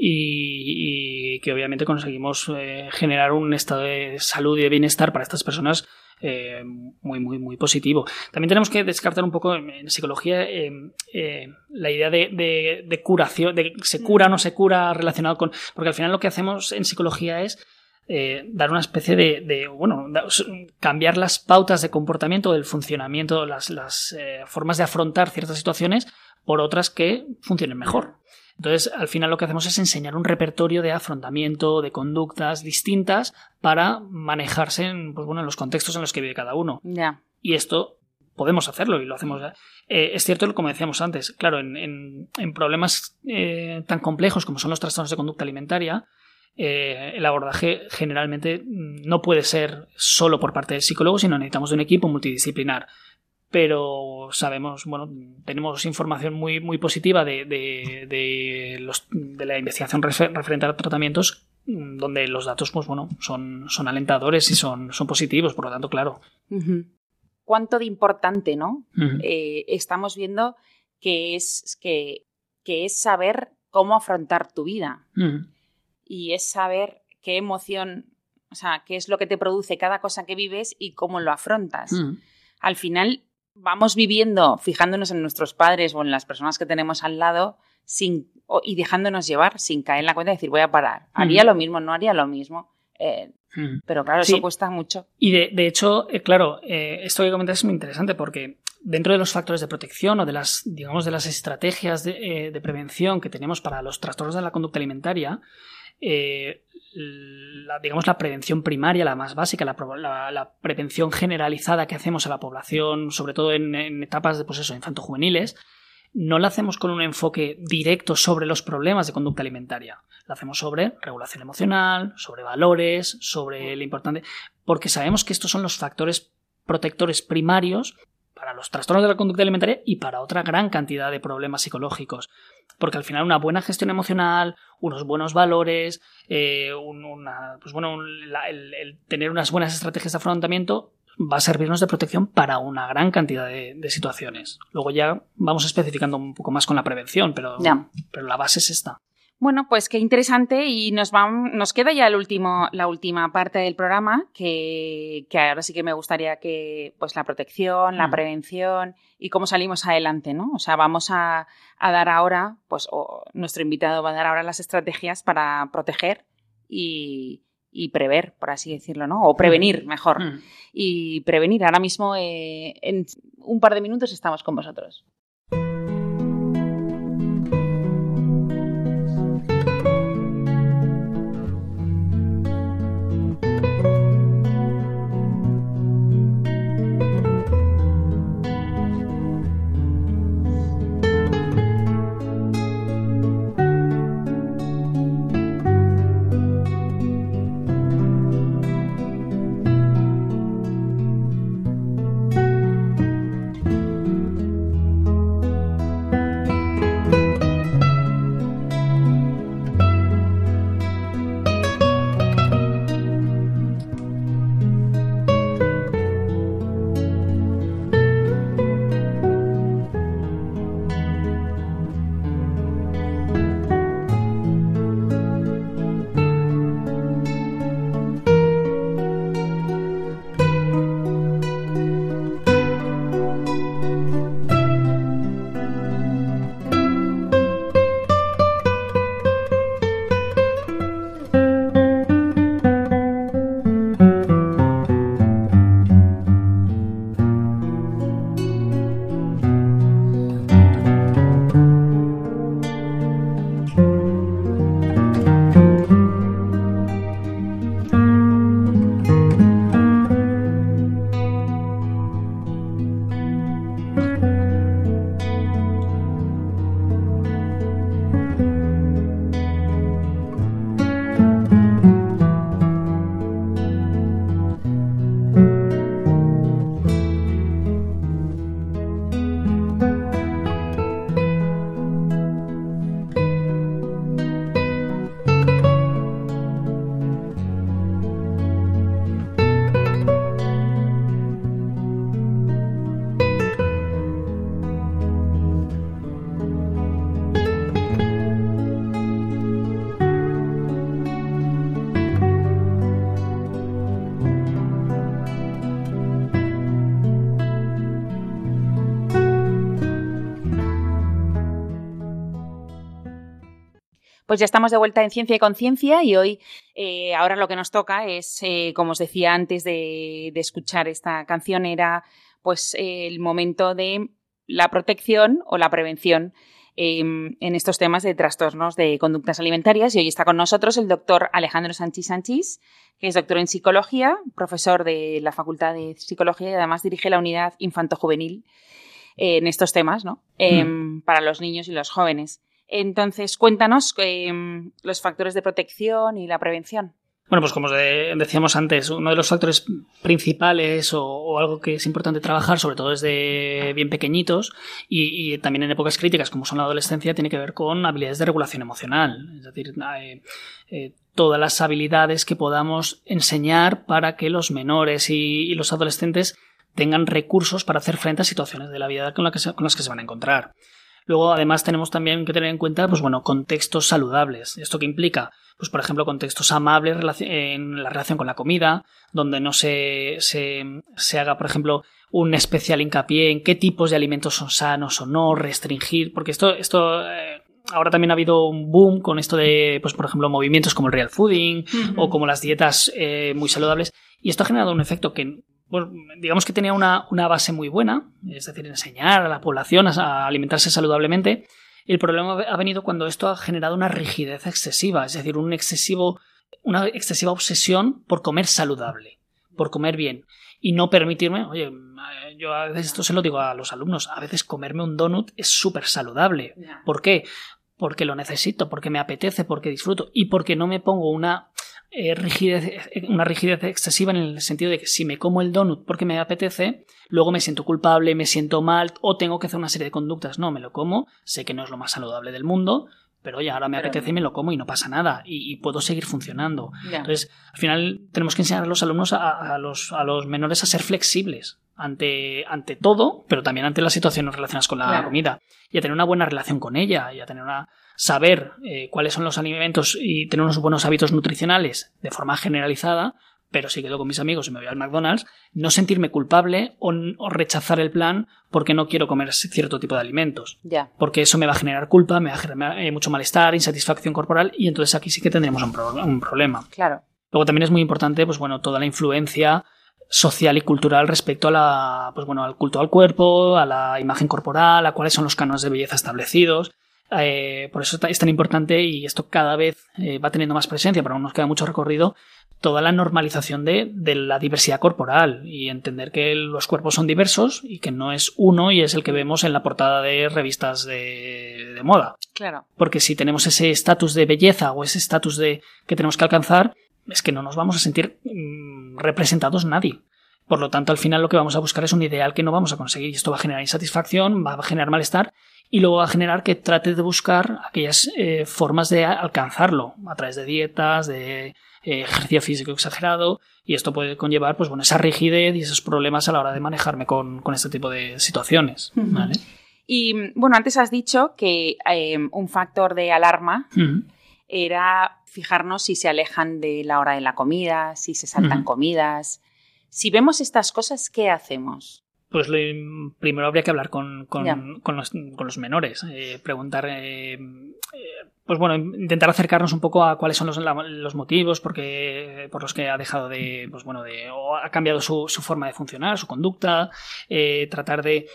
y, y que obviamente conseguimos eh, generar un estado de salud y de bienestar para estas personas Eh, muy, muy, muy positivo. También tenemos que descartar un poco en, en psicología eh, eh, la idea de, de, de curación, de se cura o no se cura relacionado con... Porque al final lo que hacemos en psicología es eh, dar una especie de, de bueno, da, cambiar las pautas de comportamiento, del funcionamiento, las, las eh, formas de afrontar ciertas situaciones por otras que funcionen mejor. Entonces, al final lo que hacemos es enseñar un repertorio de afrontamiento, de conductas distintas para manejarse en, pues bueno, en los contextos en los que vive cada uno. Yeah. Y esto podemos hacerlo y lo hacemos. Eh, es cierto, como decíamos antes, claro, en, en, en problemas eh, tan complejos como son los trastornos de conducta alimentaria, eh, el abordaje generalmente no puede ser solo por parte del psicólogo, sino necesitamos de un equipo multidisciplinar. Pero sabemos, bueno, tenemos información muy, muy positiva de, de, de, los, de la investigación refer, referente a tratamientos donde los datos, pues bueno, son, son alentadores y son, son positivos, por lo tanto, claro. Uh-huh. ¿Cuánto de importante, no? Uh-huh. Eh, estamos viendo que es, que, que es saber cómo afrontar tu vida. Uh-huh. Y es saber qué emoción, o sea, qué es lo que te produce cada cosa que vives y cómo lo afrontas. Uh-huh. Al final vamos viviendo, fijándonos en nuestros padres o en las personas que tenemos al lado sin, o, y dejándonos llevar sin caer en la cuenta de decir voy a parar. ¿Haría mm. lo mismo? ¿No haría lo mismo? Eh, mm. Pero claro, eso sí. cuesta mucho. Y de, de hecho, eh, claro, eh, esto que comentas es muy interesante porque dentro de los factores de protección o de las, digamos, de las estrategias de, eh, de prevención que tenemos para los trastornos de la conducta alimentaria, eh, la, digamos la prevención primaria, la más básica, la, la, la prevención generalizada que hacemos a la población, sobre todo en, en etapas de, pues eso, infanto-juveniles, no la hacemos con un enfoque directo sobre los problemas de conducta alimentaria. La hacemos sobre regulación emocional, sobre valores, sobre lo importante, porque sabemos que estos son los factores protectores primarios para los trastornos de la conducta alimentaria y para otra gran cantidad de problemas psicológicos. Porque al final una buena gestión emocional, unos buenos valores, eh, un, una, pues bueno, un, la, el, el tener unas buenas estrategias de afrontamiento va a servirnos de protección para una gran cantidad de, de situaciones. Luego ya vamos especificando un poco más con la prevención, pero, ya. pero la base es esta. Bueno, pues qué interesante y nos, va, nos queda ya el último, la última parte del programa que, que ahora sí que me gustaría que pues la protección, la mm. prevención y cómo salimos adelante, ¿no? O sea, vamos a, a dar ahora, pues o nuestro invitado va a dar ahora las estrategias para proteger y, y prever, por así decirlo, ¿no? O prevenir, mejor. Mm. Y prevenir. Ahora mismo, eh, en un par de minutos estamos con vosotros. Pues ya estamos de vuelta en Ciencia y Conciencia y hoy, eh, ahora lo que nos toca es, eh, como os decía antes de, de escuchar esta canción, era pues eh, el momento de la protección o la prevención eh, en estos temas de trastornos de conductas alimentarias. Y hoy está con nosotros el doctor Alejandro Sanchis Sanchis, que es doctor en psicología, profesor de la Facultad de Psicología y además dirige la unidad infanto-juvenil eh, en estos temas, ¿no? Eh, mm. para los niños y los jóvenes. Entonces, cuéntanos eh, los factores de protección y la prevención. Bueno, pues como decíamos antes, uno de los factores principales o, o algo que es importante trabajar, sobre todo desde bien pequeñitos y, y también en épocas críticas como son la adolescencia, tiene que ver con habilidades de regulación emocional. Es decir, eh, eh, todas las habilidades que podamos enseñar para que los menores y, y los adolescentes tengan recursos para hacer frente a situaciones de la vida con, la que se, con las que se van a encontrar. Luego, además, tenemos también que tener en cuenta, pues bueno, contextos saludables. ¿Esto qué implica? Pues, por ejemplo, contextos amables en la relación con la comida, donde no se, se, se haga, por ejemplo, un especial hincapié en qué tipos de alimentos son sanos o no, restringir, porque esto, esto eh, ahora también ha habido un boom con esto de, pues, por ejemplo, movimientos como el real fooding uh-huh. o como las dietas eh, muy saludables, y esto ha generado un efecto que pues, digamos que tenía una, una base muy buena, es decir, enseñar a la población a, a alimentarse saludablemente. El problema ha venido cuando esto ha generado una rigidez excesiva, es decir, un excesivo, una excesiva obsesión por comer saludable, por comer bien. Y no permitirme, oye, yo a veces esto se lo digo a los alumnos, a veces comerme un donut es súper saludable. ¿Por qué? Porque lo necesito, porque me apetece, porque disfruto y porque no me pongo una... Eh, rigidez, una rigidez excesiva en el sentido de que si me como el donut porque me apetece, luego me siento culpable, me siento mal o tengo que hacer una serie de conductas. No, me lo como, sé que no es lo más saludable del mundo, pero oye, ahora me pero apetece y me lo como y no pasa nada y, y puedo seguir funcionando. Yeah. Entonces, al final tenemos que enseñar a los alumnos, a, a, los, a los menores a ser flexibles ante, ante todo, pero también ante las situaciones relacionadas con la claro. comida y a tener una buena relación con ella y a tener una... saber eh, cuáles son los alimentos y tener unos buenos hábitos nutricionales de forma generalizada, pero si quedo con mis amigos y me voy al McDonald's, no sentirme culpable o, o rechazar el plan porque no quiero comer cierto tipo de alimentos. Yeah. Porque eso me va a generar culpa, me va a generar eh, mucho malestar, insatisfacción corporal y entonces aquí sí que tendremos un, pro- un problema. Claro. Luego también es muy importante, pues bueno, toda la influencia social y cultural respecto a la, pues bueno, al culto al cuerpo, a la imagen corporal, a cuáles son los cánones de belleza establecidos. Eh, por eso es tan importante y esto cada vez eh, va teniendo más presencia, pero aún nos queda mucho recorrido, toda la normalización de, de la diversidad corporal y entender que los cuerpos son diversos y que no es uno y es el que vemos en la portada de revistas de, de moda. Claro. Porque si tenemos ese estatus de belleza o ese estatus de que tenemos que alcanzar, es que no nos vamos a sentir mmm, representados nadie. Por lo tanto, al final lo que vamos a buscar es un ideal que no vamos a conseguir y esto va a generar insatisfacción, va a generar malestar y luego va a generar que trate de buscar aquellas eh, formas de alcanzarlo a través de dietas, de eh, ejercicio físico exagerado y esto puede conllevar pues, bueno, esa rigidez y esos problemas a la hora de manejarme con, con este tipo de situaciones. Uh-huh. ¿Vale? Y bueno, antes has dicho que eh, un factor de alarma uh-huh. era fijarnos si se alejan de la hora de la comida, si se saltan uh-huh. comidas. Si vemos estas cosas, ¿qué hacemos? Pues lo, primero habría que hablar con, con, yeah. con, los, con los menores, eh, preguntar, eh, eh, pues bueno, intentar acercarnos un poco a cuáles son los, la, los motivos porque, por los que ha dejado de, pues bueno, de, o ha cambiado su, su forma de funcionar, su conducta, eh, tratar de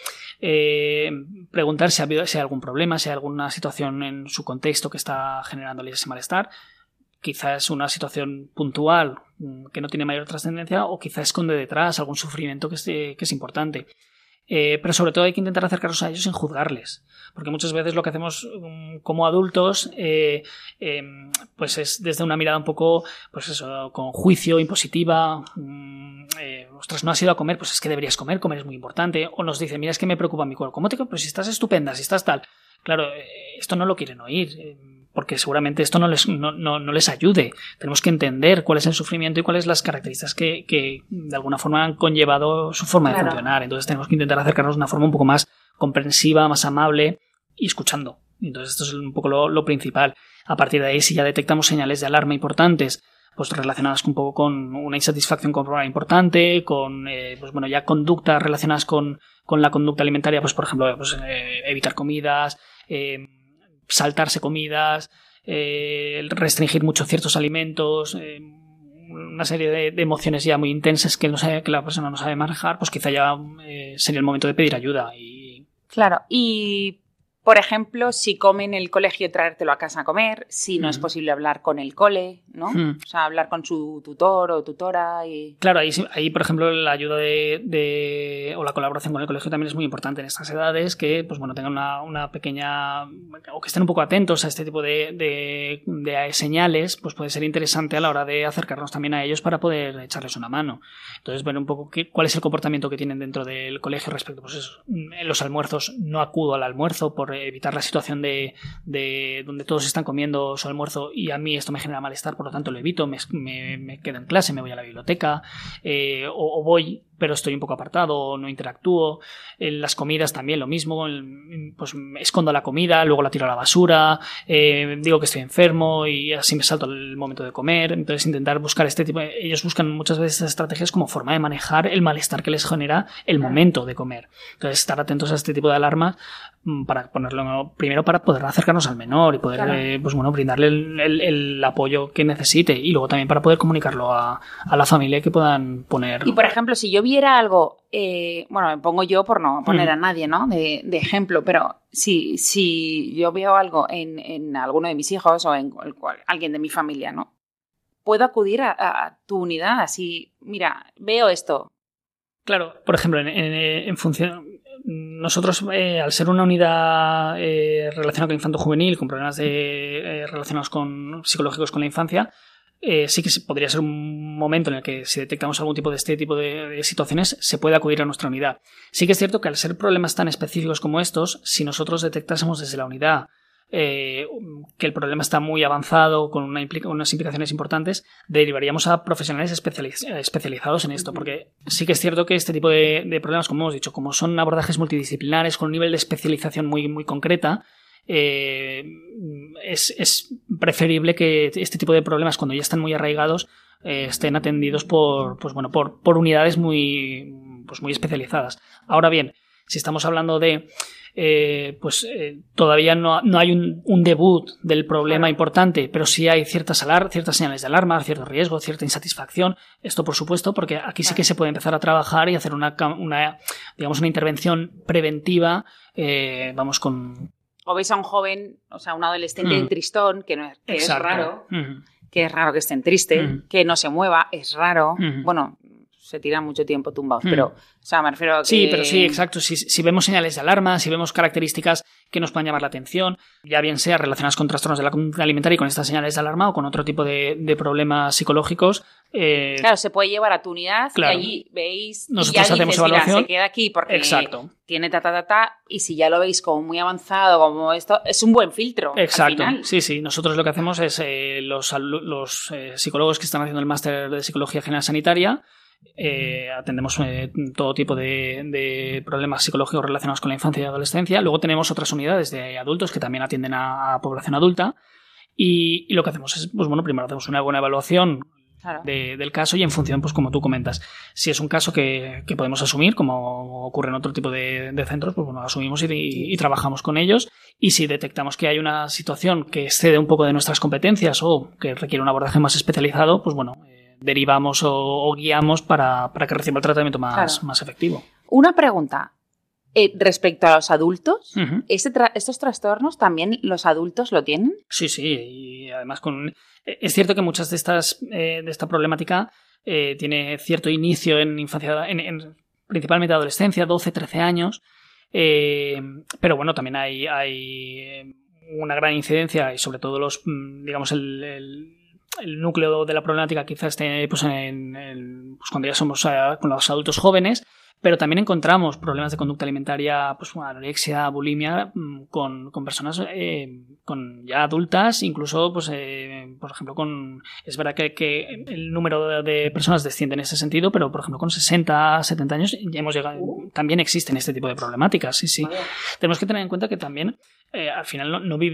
eh, preguntar si ha habido, si hay algún problema, si hay alguna situación en su contexto que está generándole ese malestar. Quizás es una situación puntual que no tiene mayor trascendencia o quizás esconde detrás algún sufrimiento que es, que es importante. Eh, pero sobre todo hay que intentar acercarnos a ellos sin juzgarles, porque muchas veces lo que hacemos um, como adultos eh, eh, pues es desde una mirada un poco pues eso, con juicio, impositiva. Um, eh, ostras, no has ido a comer, pues es que deberías comer, comer es muy importante. O nos dicen, mira, es que me preocupa mi cuerpo. ¿Cómo te pues si estás estupenda, si estás tal? Claro, eh, esto no lo quieren oír. Eh, porque seguramente esto no les, no, no, no les ayude. Tenemos que entender cuál es el sufrimiento y cuáles las características que, que de alguna forma han conllevado su forma claro. de funcionar. Entonces tenemos que intentar acercarnos de una forma un poco más comprensiva, más amable y escuchando. Entonces esto es un poco lo, lo principal. A partir de ahí, si ya detectamos señales de alarma importantes, pues relacionadas un poco con una insatisfacción corporal importante, con eh, pues bueno ya conductas relacionadas con, con la conducta alimentaria, pues por ejemplo pues, eh, evitar comidas, eh, saltarse comidas, eh, restringir mucho ciertos alimentos, eh, una serie de, de emociones ya muy intensas que, no sabe, que la persona no sabe manejar, pues quizá ya eh, sería el momento de pedir ayuda. Y... Claro, y por ejemplo, si come en el colegio, traértelo a casa a comer, si no mm. es posible hablar con el cole, ¿no? Mm. O sea, hablar con su tutor o tutora y... Claro, ahí, ahí por ejemplo, la ayuda de, de o la colaboración con el colegio también es muy importante en estas edades, que pues bueno, tengan una, una pequeña... o que estén un poco atentos a este tipo de, de, de señales, pues puede ser interesante a la hora de acercarnos también a ellos para poder echarles una mano. Entonces, ver un poco qué, cuál es el comportamiento que tienen dentro del colegio respecto, pues eso, en los almuerzos no acudo al almuerzo por evitar la situación de, de donde todos están comiendo su almuerzo y a mí esto me genera malestar, por lo tanto lo evito, me, me, me quedo en clase, me voy a la biblioteca eh, o, o voy pero estoy un poco apartado, no interactúo. En las comidas también lo mismo, pues me escondo la comida, luego la tiro a la basura, eh, digo que estoy enfermo y así me salto el momento de comer. Entonces intentar buscar este tipo de... Ellos buscan muchas veces estas estrategias como forma de manejar el malestar que les genera el momento de comer. Entonces estar atentos a este tipo de alarmas para ponerlo primero para poder acercarnos al menor y poder claro. eh, pues bueno brindarle el, el, el apoyo que necesite y luego también para poder comunicarlo a, a la familia que puedan poner. Y por ejemplo, si yo viera algo, eh, bueno, me pongo yo por no poner mm. a nadie, ¿no? De, de ejemplo, pero si, si yo veo algo en, en alguno de mis hijos o en cual, alguien de mi familia, ¿no? Puedo acudir a, a tu unidad así, mira, veo esto. Claro, por ejemplo, en, en, en función... Nosotros, eh, al ser una unidad eh, relacionada con infanto-juvenil, con problemas de, eh, relacionados con psicológicos con la infancia, eh, sí que podría ser un momento en el que si detectamos algún tipo de este tipo de, de situaciones se puede acudir a nuestra unidad. Sí que es cierto que al ser problemas tan específicos como estos, si nosotros detectásemos desde la unidad Eh, que el problema está muy avanzado con una implica, unas implicaciones importantes, derivaríamos a profesionales especializ especializados en esto, porque sí que es cierto que este tipo de, de problemas, como hemos dicho, como son abordajes multidisciplinares con un nivel de especialización muy, muy concreta, eh, es, es preferible que este tipo de problemas, cuando ya están muy arraigados, eh, estén atendidos por, pues bueno, por, por unidades muy, pues muy especializadas. Ahora bien, si estamos hablando de Eh, pues eh, todavía no, no hay un, un debut del problema claro. importante, pero sí hay ciertas, alar ciertas señales de alarma, cierto riesgo, cierta insatisfacción. Esto, por supuesto, porque aquí sí que se puede empezar a trabajar y hacer una, una digamos, una intervención preventiva, eh, vamos con... O veis a un joven, o sea, un adolescente mm. tristón, que, no es, que es raro, mm. que es raro que estén triste, mm. que no se mueva, es raro. Mm. Bueno... se tiran mucho tiempo tumbados, mm. pero, o sea, me refiero a que... Sí, pero sí, exacto. Si, si vemos señales de alarma, si vemos características que nos puedan llamar la atención, ya bien sea relacionadas con trastornos de la conducta alimentaria y con estas señales de alarma o con otro tipo de, de problemas psicológicos... Eh, claro, se puede llevar a tu unidad claro. y allí veis... Nosotros y ya hacemos dices, evaluación. Mira, se queda aquí porque exacto. tiene ta, ta, ta, ta, y si ya lo veis como muy avanzado, como esto, es un buen filtro. Exacto, al final. sí, sí. Nosotros lo que hacemos es eh, los, los eh, psicólogos que están haciendo el máster de Psicología General Sanitaria, Eh, atendemos eh, todo tipo de, de problemas psicológicos relacionados con la infancia y adolescencia. Luego tenemos otras unidades de adultos que también atienden a, a población adulta y, y lo que hacemos es, pues bueno, primero hacemos una buena evaluación claro. de, del caso y en función, pues como tú comentas, si es un caso que, que podemos asumir, como ocurre en otro tipo de, de centros, pues bueno, asumimos y, y, y trabajamos con ellos, y si detectamos que hay una situación que excede un poco de nuestras competencias o que requiere un abordaje más especializado, pues bueno, eh, derivamos o, o guiamos para, para que reciba el tratamiento más, claro. más efectivo. Una pregunta. Eh, respecto a los adultos, uh-huh. este tra ¿estos trastornos también los adultos lo tienen? Sí, sí. Y además con es cierto que muchas de estas eh, de esta problemática eh, tiene cierto inicio en infancia, en, en, principalmente adolescencia, doce, trece años. Eh, pero bueno, también hay, hay una gran incidencia y sobre todo los, digamos, el... el el núcleo de la problemática quizás esté pues, en, en, pues cuando ya somos uh, con los adultos jóvenes, pero también encontramos problemas de conducta alimentaria, pues anorexia, bulimia, con, con personas eh, con ya adultas, incluso, pues eh, por ejemplo, con es verdad que, que el número de, de personas desciende en ese sentido, pero por ejemplo con sesenta, setenta años ya hemos llegado, uh. también existen este tipo de problemáticas, sí, sí. Vale. Tenemos que tener en cuenta que también eh, al final no, no vivimos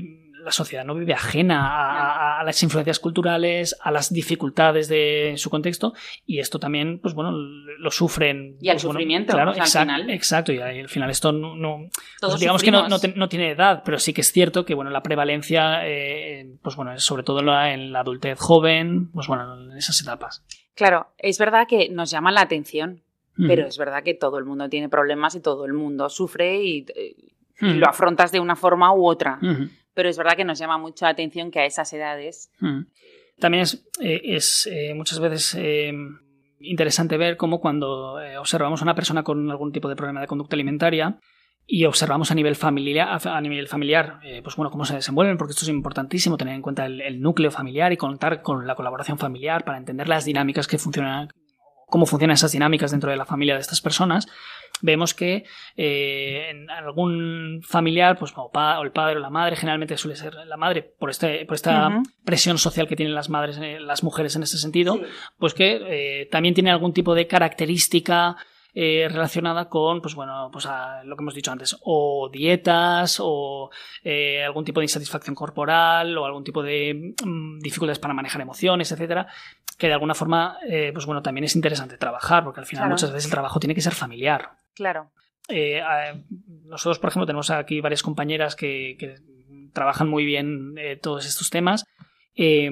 la sociedad no vive ajena a, a, a las influencias culturales, a las dificultades de su contexto, y esto también, pues bueno, lo sufren. Y al pues, sufrimiento, bueno, claro, o sea, exacto, al final. Exacto, y al final esto no, no Todos digamos sufrimos. que no, no, te, no tiene edad, pero sí que es cierto que bueno, la prevalencia, eh, pues bueno, es sobre todo en la, en la adultez joven, pues bueno, en esas etapas. Claro, es verdad que nos llama la atención, Mm. pero es verdad que todo el mundo tiene problemas y todo el mundo sufre y, y Mm. lo afrontas de una forma u otra. Mm. Pero es verdad que nos llama mucho la atención que a esas edades... Mm. También es, eh, es eh, muchas veces eh, interesante ver cómo cuando eh, observamos a una persona con algún tipo de problema de conducta alimentaria y observamos a nivel familiar, a nivel familiar eh, pues bueno, cómo se desenvuelven, porque esto es importantísimo, tener en cuenta el, el núcleo familiar y contar con la colaboración familiar para entender las dinámicas que funcionan, cómo funcionan esas dinámicas dentro de la familia de estas personas. Vemos que eh, en algún familiar, pues o, pa, o el padre o la madre, generalmente suele ser la madre, por, este, por esta uh-huh. presión social que tienen las madres, eh, las mujeres en este sentido, sí. pues que eh, también tiene algún tipo de característica eh, relacionada con, pues bueno, pues a lo que hemos dicho antes, o dietas, o eh, algún tipo de insatisfacción corporal, o algún tipo de mm, dificultades para manejar emociones, etcétera, que de alguna forma, eh, pues bueno, también es interesante trabajar, porque al final claro. muchas veces el trabajo tiene que ser familiar. Claro. Eh, eh, nosotros, por ejemplo, tenemos aquí varias compañeras que, que trabajan muy bien eh, todos estos temas eh,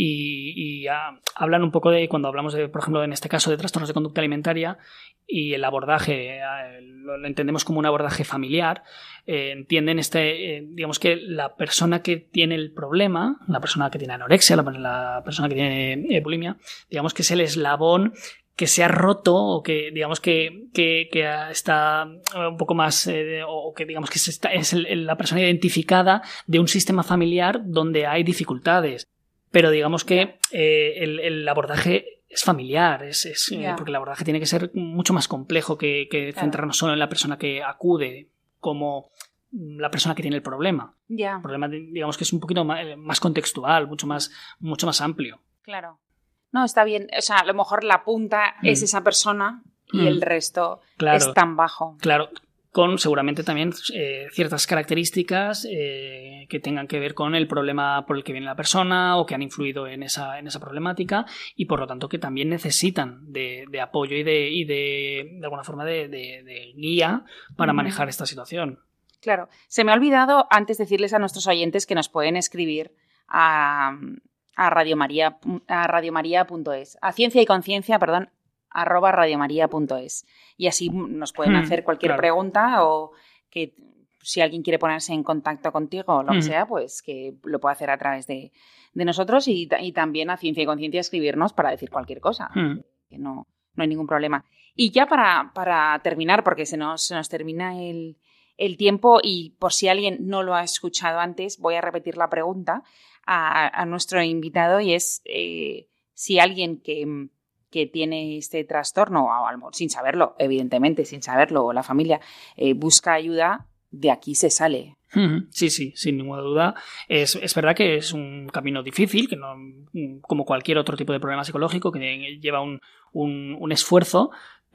y, y ah, hablan un poco de, cuando hablamos de, por ejemplo, en este caso de trastornos de conducta alimentaria y el abordaje, eh, lo, lo entendemos como un abordaje familiar, eh, entienden este, eh, digamos que la persona que tiene el problema, la persona que tiene anorexia, la, la persona que tiene eh, bulimia, digamos que es el eslabón que se ha roto o que digamos que, que, que está un poco más eh, o que digamos que se está, es el, la persona identificada de un sistema familiar donde hay dificultades, pero digamos que eh, el, el abordaje es familiar, es, es yeah. eh, porque el abordaje tiene que ser mucho más complejo que, que claro. centrarnos solo en la persona que acude como la persona que tiene el problema. Yeah. El problema digamos que es un poquito más, más contextual, mucho más, mucho más amplio. Claro. No, está bien. O sea, a lo mejor la punta mm. es esa persona y mm. el resto claro, es tan bajo. Claro, con seguramente también eh, ciertas características eh, que tengan que ver con el problema por el que viene la persona o que han influido en esa, en esa problemática y por lo tanto que también necesitan de, de apoyo y de, y de, de alguna forma de, de, de guía para mm. manejar esta situación. Claro. Se me ha olvidado antes decirles a nuestros oyentes que nos pueden escribir a... a radiomaria a radiomaria punto es, a ciencia y conciencia, perdón, arroba radiomaria punto es, y así nos pueden hacer cualquier claro. pregunta o que si alguien quiere ponerse en contacto contigo o lo mm. que sea, pues que lo puede hacer a través de, de nosotros y, y también a ciencia y conciencia escribirnos para decir cualquier cosa, mm. que no, no hay ningún problema. Y ya para, para terminar, porque se nos, se nos termina el, el tiempo y por si alguien no lo ha escuchado antes, voy a repetir la pregunta A, a nuestro invitado y es eh, si alguien que, que tiene este trastorno, o sin saberlo, evidentemente sin saberlo, o la familia eh, busca ayuda, de aquí se sale. Sí, sí, sin ninguna duda. Es, es verdad que es un camino difícil, que no, como cualquier otro tipo de problema psicológico, que lleva un, un, un esfuerzo,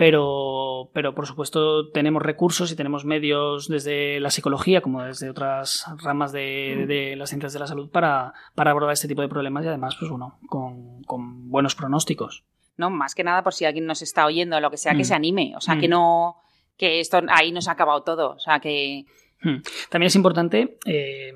pero, pero por supuesto tenemos recursos y tenemos medios desde la psicología como desde otras ramas de, de las ciencias de la salud para, para abordar este tipo de problemas y además, pues bueno, con, con buenos pronósticos. No, más que nada por si alguien nos está oyendo o lo que sea, que mm. se anime, o sea, mm. que no, que esto ahí no se ha acabado todo, o sea, que... También es importante, eh,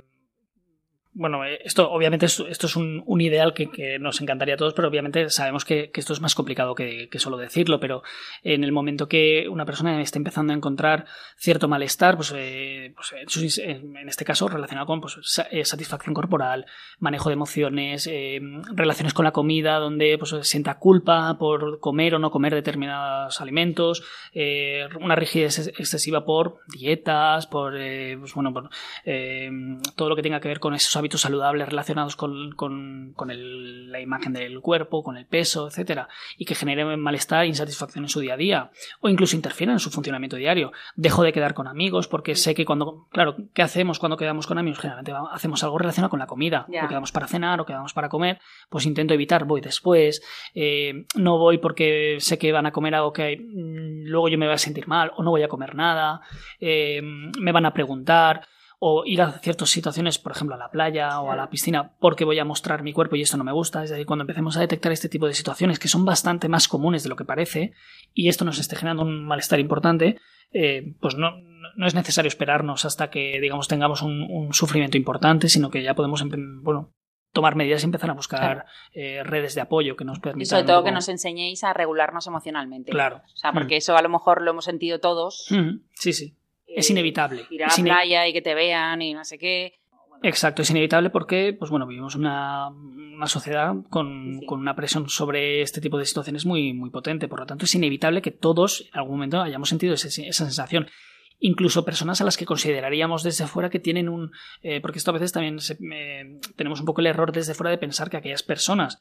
bueno, esto obviamente es, esto es un, un ideal que, que nos encantaría a todos, pero obviamente sabemos que, que esto es más complicado que, que solo decirlo, pero en el momento que una persona esté empezando a encontrar cierto malestar, pues, eh, pues en este caso relacionado con pues, satisfacción corporal, manejo de emociones, eh, relaciones con la comida, donde pues, sienta culpa por comer o no comer determinados alimentos, eh, una rigidez excesiva por dietas, por, eh, pues, bueno, por eh, todo lo que tenga que ver con esos hábitos saludables relacionados con, con, con el, la imagen del cuerpo, con el peso, etcétera, y que generen malestar e insatisfacción en su día a día, o incluso interfieran en su funcionamiento diario. Dejo de quedar con amigos porque sé que cuando, claro, ¿qué hacemos cuando quedamos con amigos? Generalmente hacemos algo relacionado con la comida, yeah. o quedamos para cenar, o quedamos para comer, pues intento evitar, voy después, eh, no voy porque sé que van a comer algo que mmm, luego yo me voy a sentir mal, o no voy a comer nada, eh, me van a preguntar, o ir a ciertas situaciones, por ejemplo a la playa o a la piscina porque voy a mostrar mi cuerpo y esto no me gusta. Es decir, cuando empecemos a detectar este tipo de situaciones que son bastante más comunes de lo que parece y esto nos esté generando un malestar importante, eh, pues no, no es necesario esperarnos hasta que, digamos, tengamos un, un sufrimiento importante, sino que ya podemos, bueno, tomar medidas y empezar a buscar claro. eh, redes de apoyo que nos permitan... Y sobre todo poco... que nos enseñéis a regularnos emocionalmente. Claro. O sea, porque mm. eso a lo mejor lo hemos sentido todos. Mm. Sí, sí. Es inevitable. Ir a es la playa y que te vean y no sé qué. Exacto, es inevitable porque, pues bueno, vivimos una, una sociedad con, sí. con una presión sobre este tipo de situaciones muy, muy potente. Por lo tanto, es inevitable que todos en algún momento hayamos sentido ese, esa sensación. Incluso personas a las que consideraríamos desde fuera que tienen un... Eh, porque esto a veces también se, eh, tenemos un poco el error desde fuera de pensar que aquellas personas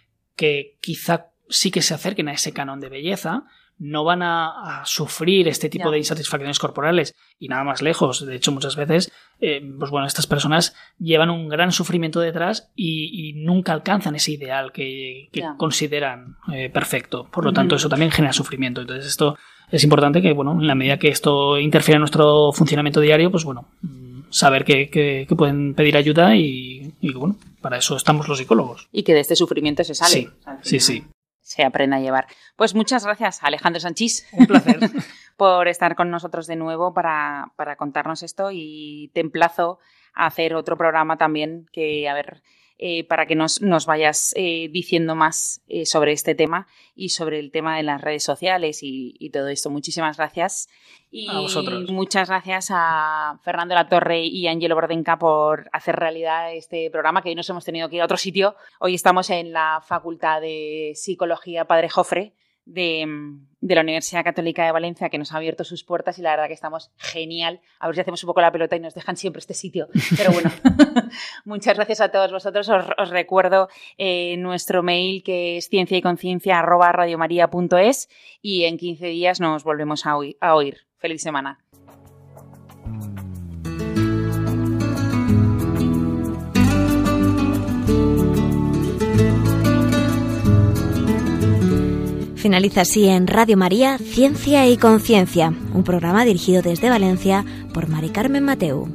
que quizá sí que se acerquen a ese canon de belleza no van a, a sufrir este tipo ya. de insatisfacciones corporales y nada más lejos. De hecho, muchas veces, eh, pues bueno, estas personas llevan un gran sufrimiento detrás y, y nunca alcanzan ese ideal que, que consideran eh, perfecto. Por lo tanto, uh-huh. eso también genera sufrimiento. Entonces, esto es importante que, bueno, en la medida que esto interfiere en nuestro funcionamiento diario, pues bueno, saber que, que, que pueden pedir ayuda y, y, bueno, para eso estamos los psicólogos. Y que de este sufrimiento se sale. Sí, sí, sí. Se aprende a llevar. Pues muchas gracias, Alejandro Sanchís. Un placer. por estar con nosotros de nuevo para, para contarnos esto y te emplazo a hacer otro programa también que, a ver, eh, para que nos, nos vayas eh, diciendo más eh, sobre este tema y sobre el tema de las redes sociales y, y todo esto. Muchísimas gracias. Y a vosotros. Muchas gracias a Fernando Latorre y a Angelo Bordenca por hacer realidad este programa, que hoy nos hemos tenido que ir a otro sitio. Hoy estamos en la Facultad de Psicología Padre Jofre de, de la Universidad Católica de Valencia, que nos ha abierto sus puertas y la verdad que estamos genial. A ver si hacemos un poco la pelota y nos dejan siempre este sitio. Pero bueno, muchas gracias a todos vosotros. Os, os recuerdo eh, nuestro mail, que es ciencia y conciencia arroba radiomaria punto es, y en quince días nos volvemos a oír. A oír. Feliz semana. Finaliza así en Radio María Ciencia y Conciencia, un programa dirigido desde Valencia por Mari Carmen Mateu.